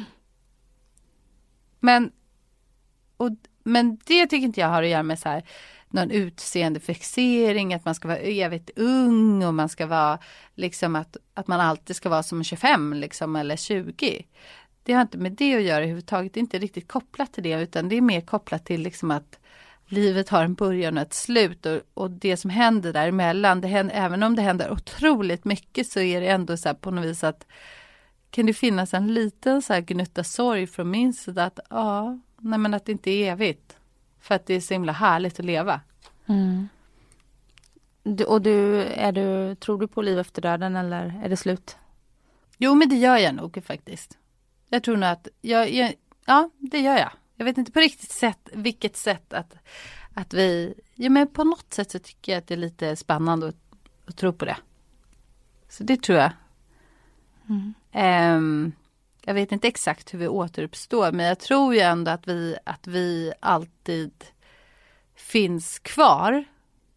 Men, och, men det tycker inte jag har att göra med så här, någon utseendefixering, att man ska vara evigt ung och man ska vara liksom att, att man alltid ska vara som tjugofem liksom, eller tjugo. Det har inte med det att göra överhuvudtaget, det är inte riktigt kopplat till det utan det är mer kopplat till liksom att livet har en början och ett slut och, och det som händer däremellan, det händer, även om det händer otroligt mycket så är det ändå så här på något vis att kan det finnas en liten så här gnutta sorg från min sida att ja, nej men att det inte är evigt för att det är så himla härligt att leva. Mm. Du, och du, är du, tror du på liv efter döden eller är det slut? Jo men det gör jag nog faktiskt. Jag tror nog att, jag, jag, ja det gör jag. Jag vet inte på riktigt sätt, vilket sätt att, att vi... Ja, men på något sätt så tycker jag att det är lite spännande att, att tro på det. Så det tror jag. Mm. Um, jag vet inte exakt hur vi återuppstår. Men jag tror ju ändå att vi, att vi alltid finns kvar.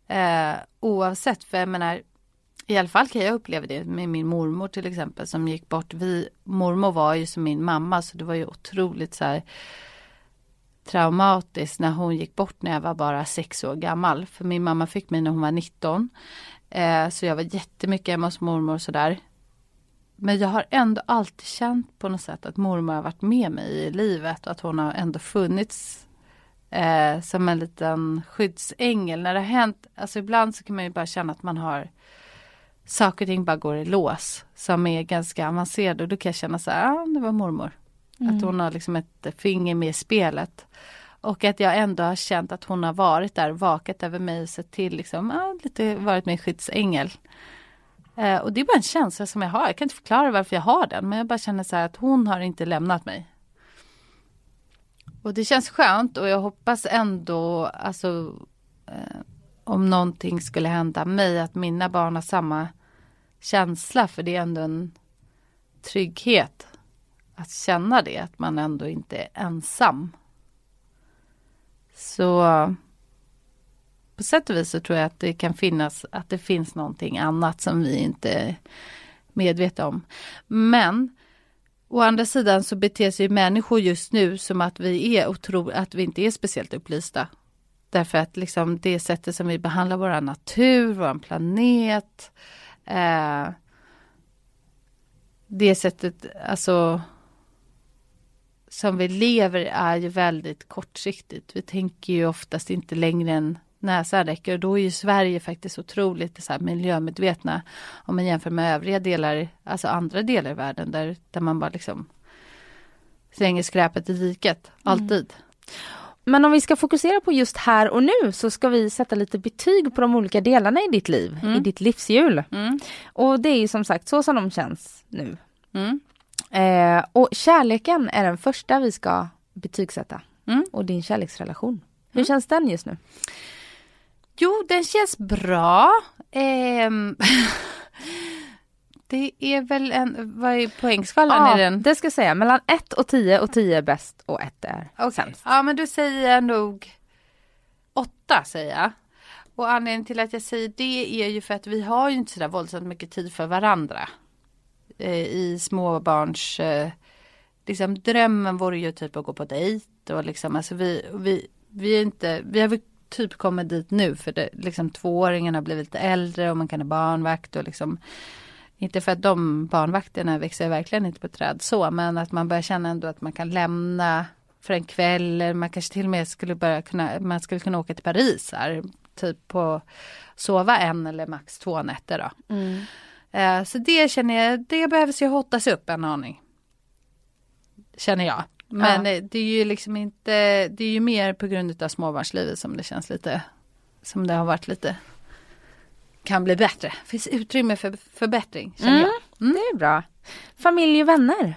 Eh, oavsett, för jag menar, i alla fall kan jag uppleva det med min mormor till exempel som gick bort. Vi, mormor var ju som min mamma, så det var ju otroligt så här traumatiskt när hon gick bort när jag var bara sex år gammal. För min mamma fick mig när hon var nitton. Eh, så jag var jättemycket hemma hos mormor och sådär. Men jag har ändå alltid känt på något sätt att mormor har varit med mig i livet. Och att hon har ändå funnits eh, som en liten skyddsängel. När det har hänt, alltså ibland så kan man ju bara känna att man har saker och ting bara går i lås. Som är ganska avancerade. Och då kan jag känna så här, ah, det var mormor. Mm. Att hon har liksom ett finger med i spelet. Och att jag ändå har känt att hon har varit där, vakat över mig och sett till liksom, ah, lite varit min skyddsängel. Eh, och det är bara en känsla som jag har. Jag kan inte förklara varför jag har den. Men jag bara känner så här att hon har inte lämnat mig. Och det känns skönt. Och jag hoppas ändå, alltså, eh, om någonting skulle hända mig, att mina barn har samma känsla. För det är ändå en trygghet att känna det. Att man ändå inte är ensam. Så på sätt och vis så tror jag att det kan finnas, att det finns någonting annat som vi inte är medvetna om. Men å andra sidan så beter sig människor just nu som att vi är otro, att vi inte är speciellt upplysta. Därför att liksom det sättet som vi behandlar vår natur, vår planet, eh, det sättet alltså som vi lever är ju väldigt kortsiktigt. Vi tänker ju oftast inte längre än näsan räcker. Och då är ju Sverige faktiskt otroligt så här miljömedvetna om man jämför med övriga delar, alltså andra delar i världen där, där man bara liksom slänger skräpet i diket. Alltid. Mm. Men om vi ska fokusera på just här och nu så ska vi sätta lite betyg på de olika delarna i ditt liv, mm. i ditt livshjul. Mm. Och det är ju som sagt så som de känns nu. Mm. Eh, och kärleken är den första vi ska betygsätta. Mm. Och din kärleksrelation. Hur mm. känns den just nu? Jo, den känns bra. Eh, det är väl en, vad är poängskalan ja, i den? Det ska jag säga, mellan ett och tio och tio är bäst och ett är okay. sämst. Ja, men då säger jag nog åtta säger jag. Och anledningen till att jag säger det är ju för att vi har ju inte så där våldsamt mycket tid för varandra. I småbarns eh, liksom drömmen vore ju typ att gå på dejt och liksom alltså vi vi vi är inte vi har väl typ kommit dit nu för det liksom tvååringen har blivit lite äldre och man kan ha barnvakt och liksom inte för att de barnvakterna växer verkligen inte på träd så, men att man börjar känna ändå att man kan lämna för en kväll, eller man kanske till och med skulle börja kunna man skulle kunna åka till Paris här typ på sova en eller max två nätter då. Mm. Så det känner jag, det behöver sig hotas upp en aning. Känner jag. Men ja. det är ju liksom inte, det är ju mer på grund av småbarnslivet som det känns lite, som det har varit lite, kan bli bättre. Det finns utrymme för förbättring, känner mm, jag. Mm. Det är bra. Familj och vänner?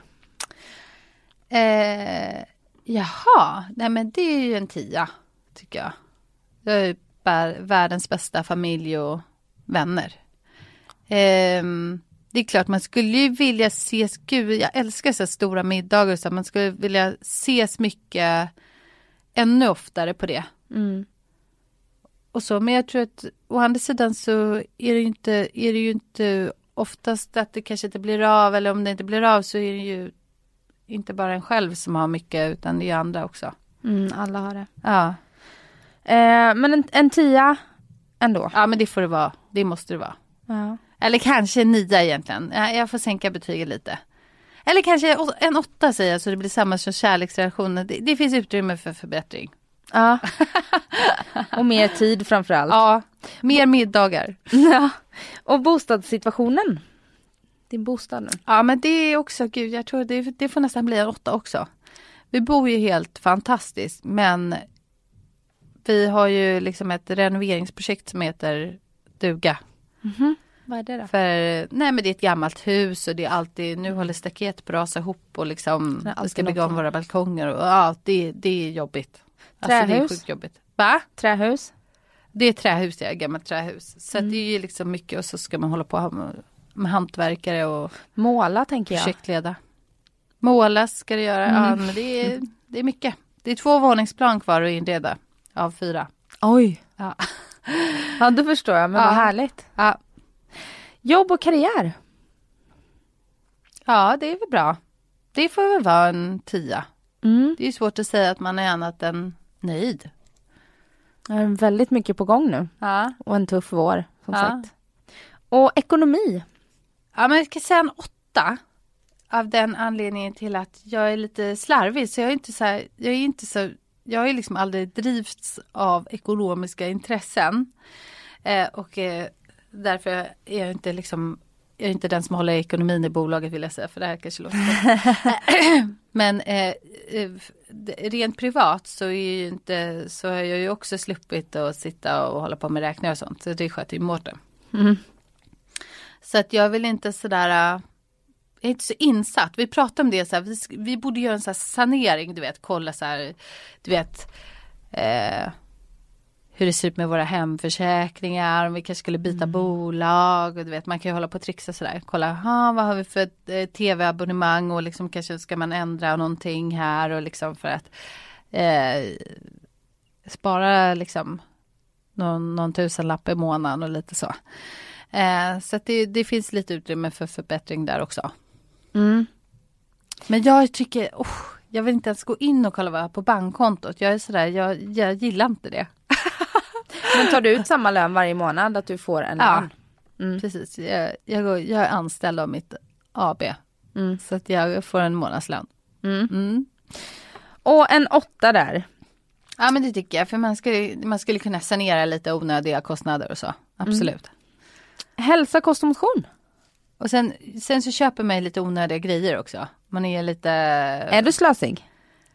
Eh, jaha, nej men det är ju en tia, tycker jag. Jag är bara världens bästa familj och vänner. Um, det är klart man skulle ju vilja ses, gud jag älskar så stora middagar så man skulle vilja ses mycket ännu oftare på det. Mm. Och så, men jag tror att å andra sidan så är det ju inte, är det ju inte oftast att det kanske inte blir av, eller om det inte blir av så är det ju inte bara en själv som har mycket utan det är andra också. Mm, alla har det. Ja. Eh, men en, en tia ändå? Ja, men det får det vara. Det måste det vara. Ja. Eller kanske en nia egentligen. Jag får sänka betyget lite. Eller kanske en åtta säger jag så det blir samma som kärleksrelationen. Det, det finns utrymme för förbättring. Ja. Och mer tid framförallt. Ja, mer middagar. Ja. Och bostadssituationen? Din bostad nu? Ja, men det är också, gud jag tror det, det får nästan bli en åtta också. Vi bor ju helt fantastiskt, men vi har ju liksom ett renoveringsprojekt som heter Duga. Mhm. Vad är det då? För, nej men det är ett gammalt hus och det är alltid, nu håller staket på att rasa ihop och liksom, vi ska bygga om våra balkonger och ja, det, det är jobbigt. Trähus? Alltså det är sjukt jobbigt. Va? Trähus? Det är trähus, ja, gammalt trähus. Så Mm. det är ju liksom mycket och så ska man hålla på med, med hantverkare och måla tänker jag. Projektleda. Måla ska det göra, Mm. ja men det är, det är mycket. Det är två våningsplan kvar att inreda av fyra. Oj. Ja. Ja, det förstår jag, men ja. vad härligt. Ja. Jobb och karriär? Ja, det är väl bra. Det får väl vara en tia. Mm. Det är ju svårt att säga att man är annat än nöjd. Det är väldigt mycket på gång nu. Ja. Och en tuff vår, som Ja. sagt. Och ekonomi? Ja, men jag kan säga en åtta. Av den anledningen till att jag är lite slarvig. Så jag är inte så här, jag är inte så, jag har ju liksom aldrig drivits av ekonomiska intressen. Eh, och eh, därför är jag inte liksom, jag är inte den som håller ekonomin i bolaget, vill jag säga. För det här kanske låter så. Men eh, rent privat så är ju inte, så har jag ju också sluppit att sitta och hålla på med räkningar och sånt. Så det sköter ju Mårten. Mm. Så att jag vill inte sådär, jag är inte så insatt. Vi pratade om det så här, vi, vi borde göra en så här sanering, du vet, kolla så här, du vet, eh, hur det ser ut med våra hemförsäkringar, om vi kanske skulle byta mm. bolag, och du vet, man kan ju hålla på och trixa sådär. Kolla, ha, vad har vi för eh, tv-abonnemang, och liksom kanske ska man ändra någonting här, och liksom för att eh, spara liksom någon, någon tusenlapp i månaden och lite så. Eh, så att det, det finns lite utrymme för förbättring där också. Mm. Men jag tycker, oh, jag vill inte ens gå in och kolla vad jag har på bankkontot. Jag är sådär, jag, jag gillar inte det. Men tar du ut samma lön varje månad, att du får en ja, lön? Mm. Precis. Jag, jag, går, jag är anställd av mitt A B. Mm. Så att jag får en månadslön. Mm. Mm. Och en åtta där. Ja, men det tycker jag. För man skulle, man skulle kunna sanera lite onödiga kostnader och så. Absolut. Mm. Hälsa, kost och motion. Och sen, sen så köper man lite onödiga grejer också. Man är lite... Är du slösig?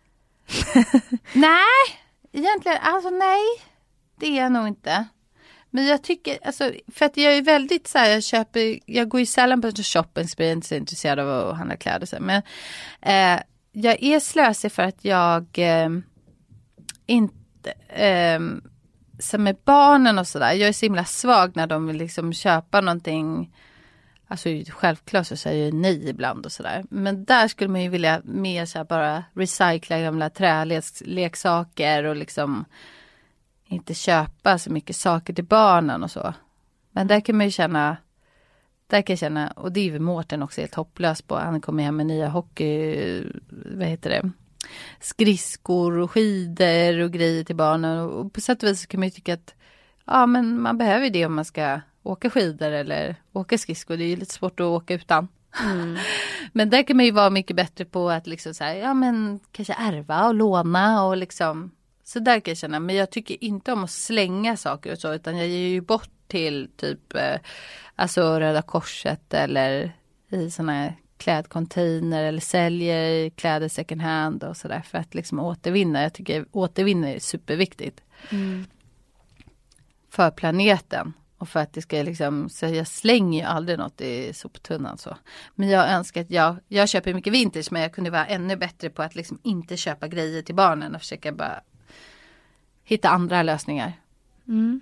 Nej, egentligen, alltså nej. Det är jag nog inte. Men jag tycker, alltså, för att jag är väldigt så här, jag köper, jag går ju sällan på shopping, så jag är inte så intresserad av att handla kläder. Så. Men eh, jag är slösig för att jag eh, inte... Eh, Så med barnen och sådär, jag är så himla svag när de vill liksom köpa någonting. Alltså självklart så säger jag nej ibland och sådär. Men där skulle man ju vilja mer så här bara recycla gamla träleksaker och liksom inte köpa så mycket saker till barnen och så. Men där kan man ju känna, där kan jag känna, och det är ju Mårten också helt hopplös på. Han kommer hem med nya hockey, vad heter det? skridskor och skidor och grejer till barnen, och på sätt och vis kan man ju tycka att ja, men man behöver det om man ska åka skidor eller åka skridskor. Det är ju lite svårt att åka utan. Mm. Men där kan man ju vara mycket bättre på att liksom så här, ja men kanske ärva och låna och liksom, så där kan jag känna. Men jag tycker inte om att slänga saker och så, utan jag ger ju bort till typ eh, alltså Röda Korset eller i såna här klädcontainer eller säljer kläder second hand och sådär, för att liksom återvinna. Jag tycker återvinna är superviktigt. Mm. För planeten och för att det ska liksom, så jag slänger ju aldrig något i soptunnan så. Men jag önskar att jag, jag köper mycket vintage, men jag kunde vara ännu bättre på att liksom inte köpa grejer till barnen och försöka bara hitta andra lösningar. Mm.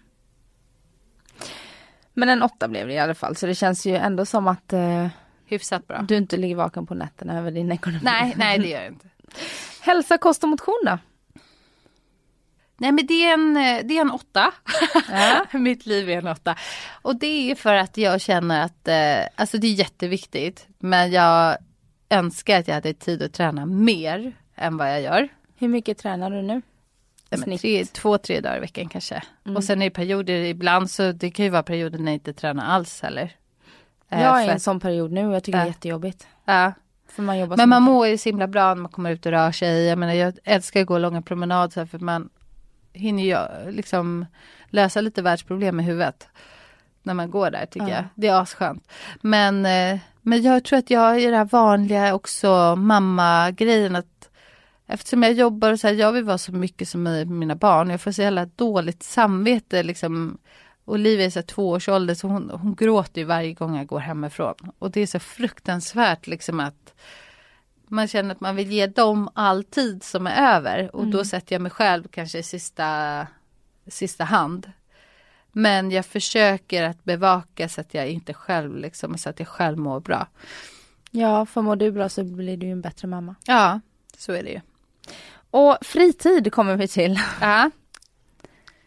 Men en åtta blev det i alla fall, så det känns ju ändå som att eh... hyfsat bra. Du inte ligger vaken på nätterna över din ekonomi. Nej, nej det gör jag inte. Hälsa, kost och motion då? Nej, men det är en, det är en åtta. Ja. Mitt liv är en åtta. Och det är för att jag känner att eh, alltså det är jätteviktigt. Men jag önskar att jag hade tid att träna mer än vad jag gör. Hur mycket tränar du nu? Men tre, två, tre dagar i veckan kanske. Mm. Och sen är det perioder ibland, så det kan ju vara perioder när jag inte tränar alls heller. Jag är i en sån period nu och jag tycker äh. det är jättejobbigt. Ja. För man jobbar men man mycket. mår ju så himla bra när man kommer ut och rör sig. Jag menar, jag älskar att gå långa promenader, för man hinner ju liksom lösa lite världsproblem i huvudet när man går där, tycker ja. jag. Det är asskönt. Men, men jag tror att jag är det här vanliga också mamma-grejen, att eftersom jag jobbar och så här, jag vill vara så mycket som mina barn. Jag får så jävla dåligt samvete liksom. Olivia är så två års ålder, så hon, hon gråter ju varje gång jag går hemifrån. Och det är så fruktansvärt liksom att man känner att man vill ge dem all tid som är över. Och mm. då sätter jag mig själv kanske i sista, sista hand. Men jag försöker att bevaka så att jag inte själv liksom, så att jag själv mår bra. Ja, för mår du bra så blir du en bättre mamma. Ja, så är det ju. Och fritid kommer vi till. Ja.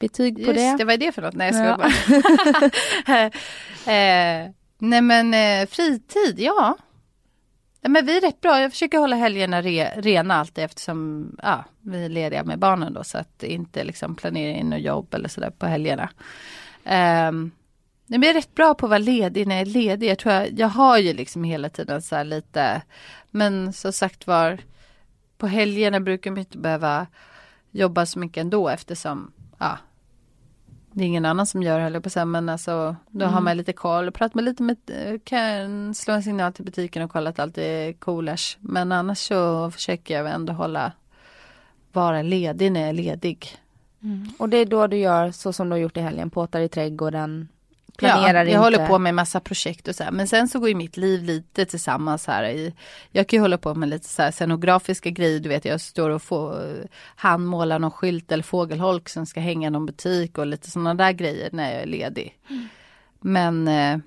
betyg på Just, det? det var det för något. Nej, jag ska Ja. bara. eh, nej men eh, fritid, ja. ja. Men vi är rätt bra. Jag försöker hålla helgerna re, rena alltid eftersom ja, vi är lediga med barnen då. Så att inte liksom planera in och jobb eller sådär på helgerna. Eh, nej, men jag är rätt bra på att vara ledig när jag är ledig. Jag tror jag, jag har ju liksom hela tiden så här lite. Men som sagt var, på helgerna brukar man inte behöva jobba så mycket ändå eftersom ja, det är ingen annan som gör heller på sig, men alltså då mm. har man lite koll och pratar med lite med, kan slå en signal till butiken och kolla att allt är coolers. Men annars så försöker jag ändå hålla, vara ledig när jag är ledig. Mm. Och det är då du gör så som du har gjort i helgen, påtar i trädgården, planerar ja, jag inte. håller på med massa projekt och så här. Men sen så går ju mitt liv lite tillsammans här i, jag kan ju hålla på med lite så här scenografiska grejer, du vet jag står och får handmåla någon skylt eller fågelholk som ska hänga i någon butik och lite sådana där grejer när jag är ledig. Mm. Men eh,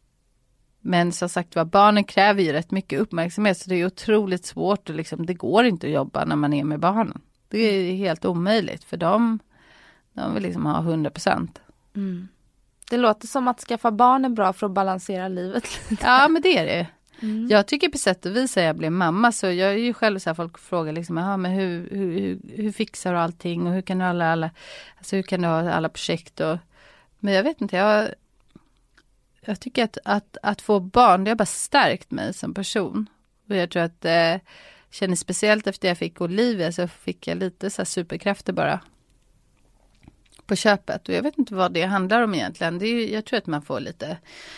men som sagt var, barnen kräver ju rätt mycket uppmärksamhet så det är otroligt svårt och liksom, det går inte att jobba när man är med barnen. Det är helt omöjligt för dem, de vill liksom ha hundra procent. Mm. Det låter som att skaffa barn är bra för att balansera livet lite. Ja, men det är det. Mm. Jag tycker på sätt och vis att jag blev mamma. Så jag är ju själv så här, folk frågar liksom, aha, men hur, hur, hur, hur fixar du allting? Och hur kan du alla, alla, alltså hur kan du ha alla projekt? Och, men jag vet inte, jag, jag tycker att, att, att få barn, det har bara stärkt mig som person. Och jag tror att eh, känner speciellt efter jag fick Olivia så fick jag lite så här superkrafter bara. På köpet. Och jag vet inte vad det handlar om egentligen. Det är, jag tror att man får lite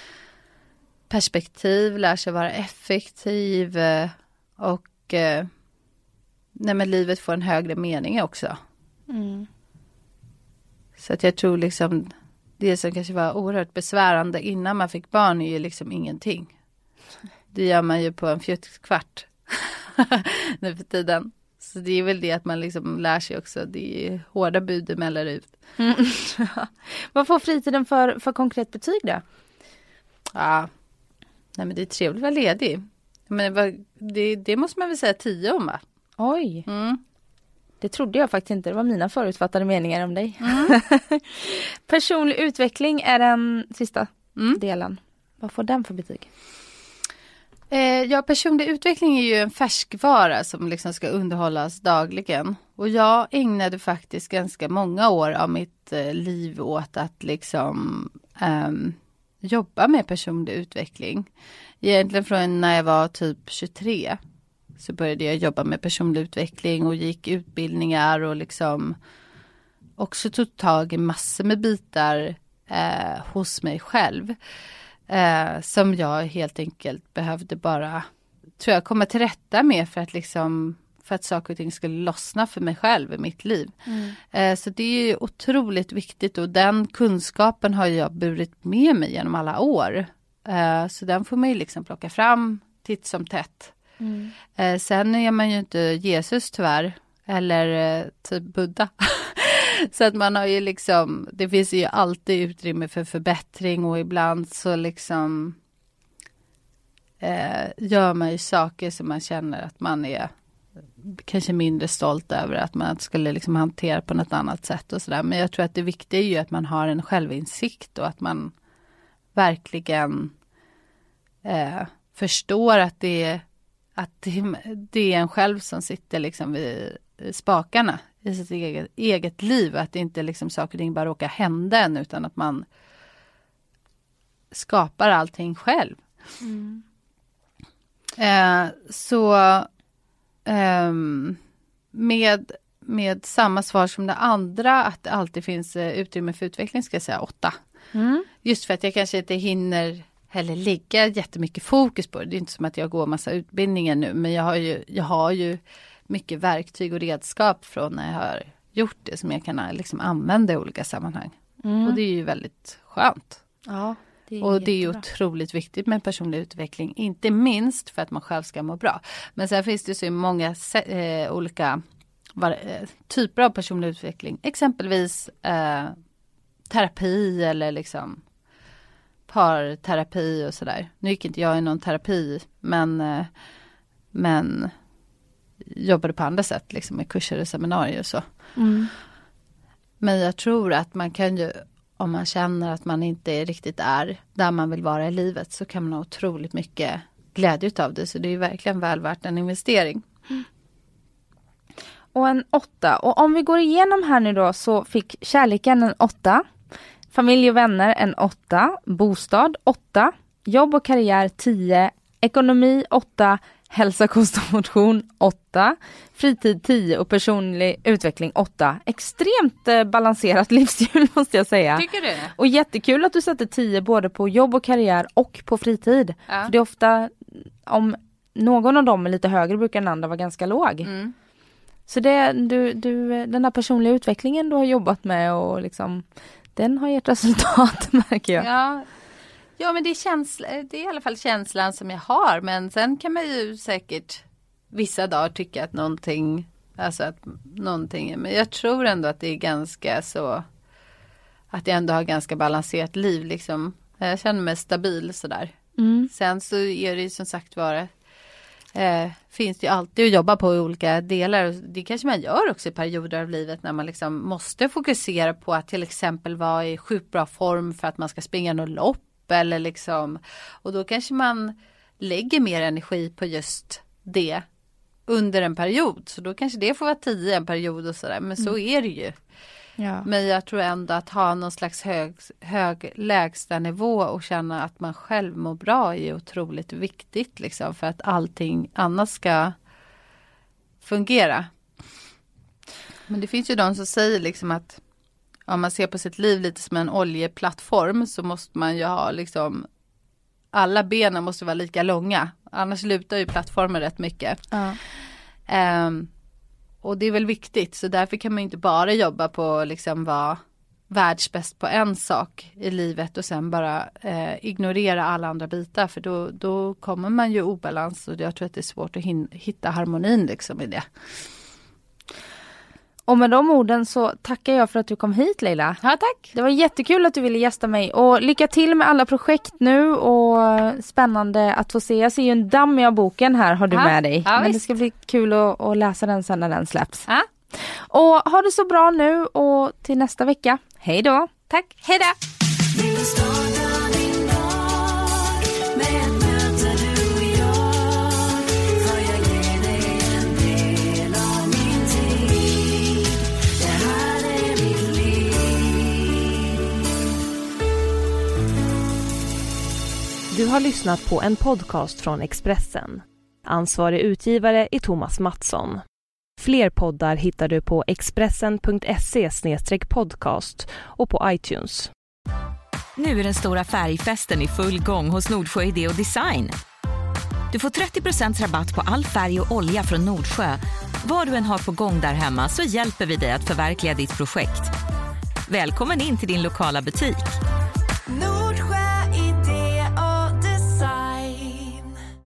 perspektiv, lär sig vara effektiv och eh, nej, men livet får en högre mening också. Mm. Så att jag tror liksom det som kanske var oerhört besvärande innan man fick barn är ju liksom ingenting. Det gör man ju på en fjuttkvart nu för tiden. Så det är väl det att man liksom lär sig också. Det är hårda bud emellan ut. Mm. Vad får fritiden för, för konkret betyg då? Ja, nej men det är trevligt att vara ledig. Men det, det måste man väl säga tio om, va? Oj, mm. Det trodde jag faktiskt inte. Det var mina förutfattade meningar om dig. Mm. Personlig utveckling är den sista mm. delen. Vad får den för betyg? Ja, personlig utveckling är ju en färskvara som liksom ska underhållas dagligen. Och jag ägnade faktiskt ganska många år av mitt liv åt att liksom um, jobba med personlig utveckling. Egentligen från när jag var typ tjugotre så började jag jobba med personlig utveckling och gick utbildningar och liksom också tog tag i massor med bitar eh, hos mig själv. Eh, som jag helt enkelt behövde bara, tror jag, komma till rätta med för att liksom, för att saker och ting skulle lossna för mig själv i mitt liv. Mm. Eh, så det är ju otroligt viktigt och den kunskapen har jag burit med mig genom alla år. Eh, så den får man ju liksom plocka fram titt som tätt. Mm. Eh, sen är man ju inte Jesus tyvärr, eller eh, typ Buddha. Så att man har ju liksom, det finns ju alltid utrymme för förbättring och ibland så liksom eh, gör man ju saker som man känner att man är kanske mindre stolt över att man skulle liksom hantera på något annat sätt och sådär. Men jag tror att det viktiga är ju att man har en självinsikt och att man verkligen eh, förstår att det är att det, det är en själv som sitter liksom vid spakarna i sitt eget, eget liv. Att det inte liksom saker och ting bara råkar hända än, utan att man skapar allting själv. Mm. Eh, så eh, med, med samma svar som det andra, att det alltid finns eh, utrymme för utveckling, ska jag säga åtta. Mm. Just för att jag kanske inte hinner heller lägga jättemycket fokus på det. Det är inte som att jag går massa utbildningar nu, men jag har ju, jag har ju mycket verktyg och redskap från när jag har gjort det som jag kan liksom använda i olika sammanhang. Mm. Och det är ju väldigt skönt. Ja, det är och jättebra. Det är ju otroligt viktigt med personlig utveckling. Inte minst för att man själv ska må bra. Men sen finns det så många eh, olika var, eh, typer av personlig utveckling. Exempelvis eh, terapi eller liksom parterapi och sådär. Nu gick inte jag i någon terapi, men eh, men jobbade på andra sätt, liksom med kurser och seminarier och så. Mm. Men jag tror att man kan ju, om man känner att man inte riktigt är där man vill vara i livet, så kan man ha otroligt mycket glädje av det. Så det är verkligen väl värt en investering. Mm. Och en åtta. Och om vi går igenom här nu då, så fick kärleken en åtta. Familj och vänner en åtta. Bostad åtta. Jobb och karriär tio. Ekonomi åtta. Hälsa, kost och motion åtta. Fritid tio och personlig utveckling åtta. Extremt eh, balanserat livshjul måste jag säga. Tycker du? Och jättekul att du sätter tio både på jobb och karriär och på fritid. Ja. För det är ofta, om någon av dem är lite högre brukar den andra vara ganska låg. Mm. Så det, du, du, den här personliga utvecklingen du har jobbat med och liksom, den har gett resultat märker jag. Ja. Ja, men det är, känsla, det är i alla fall känslan som jag har. Men sen kan man ju säkert vissa dagar tycka att någonting, alltså att någonting, men jag tror ändå att det är ganska så, att jag ändå har ganska balanserat liv liksom. Jag känner mig stabil sådär. Mm. Sen så är det ju som sagt vara, eh, finns det ju alltid att jobba på i olika delar. Det kanske man gör också i perioder av livet när man liksom måste fokusera på att till exempel vara i sjukt bra form för att man ska springa något lopp. Eller liksom, och då kanske man lägger mer energi på just det under en period. Så då kanske det får vara tio en period och sådär. Men så mm. är det ju. Ja. Men jag tror ändå att ha någon slags hög, hög lägsta nivå och känna att man själv mår bra är otroligt viktigt. Liksom, för att allting annat ska fungera. Men det finns ju de som säger liksom att om man ser på sitt liv lite som en oljeplattform så måste man ju ha liksom, alla benen måste vara lika långa. Annars lutar ju plattformen rätt mycket. Ja. Um, och det är väl viktigt. Så därför kan man inte bara jobba på liksom vara världsbäst på en sak i livet och sen bara eh, ignorera alla andra bitar. För då, då kommer man ju obalans och jag tror att det är svårt att hin- hitta harmonin liksom i det. Och med de orden så tackar jag för att du kom hit, Leila. Ja, tack. Det var jättekul att du ville gästa mig. Och lycka till med alla projekt nu och spännande att få se. Jag ser ju en damm av boken här har du ja. med dig. Ja, men visst. Det ska bli kul att, att läsa den sen när den släpps. Ja. Och ha det så bra nu och till nästa vecka. Hej då. Tack. Hej då. Du har lyssnat på en podcast från Expressen. Ansvarig utgivare är Thomas Mattsson. Fler poddar hittar du på expressen punkt se slash podcast och på iTunes. Nu är den stora färgfesten i full gång hos Nordsjö Idé och Design. Du får trettio procent rabatt på all färg och olja från Nordsjö. Vad du än har på gång där hemma så hjälper vi dig att förverkliga ditt projekt. Välkommen in till din lokala butik.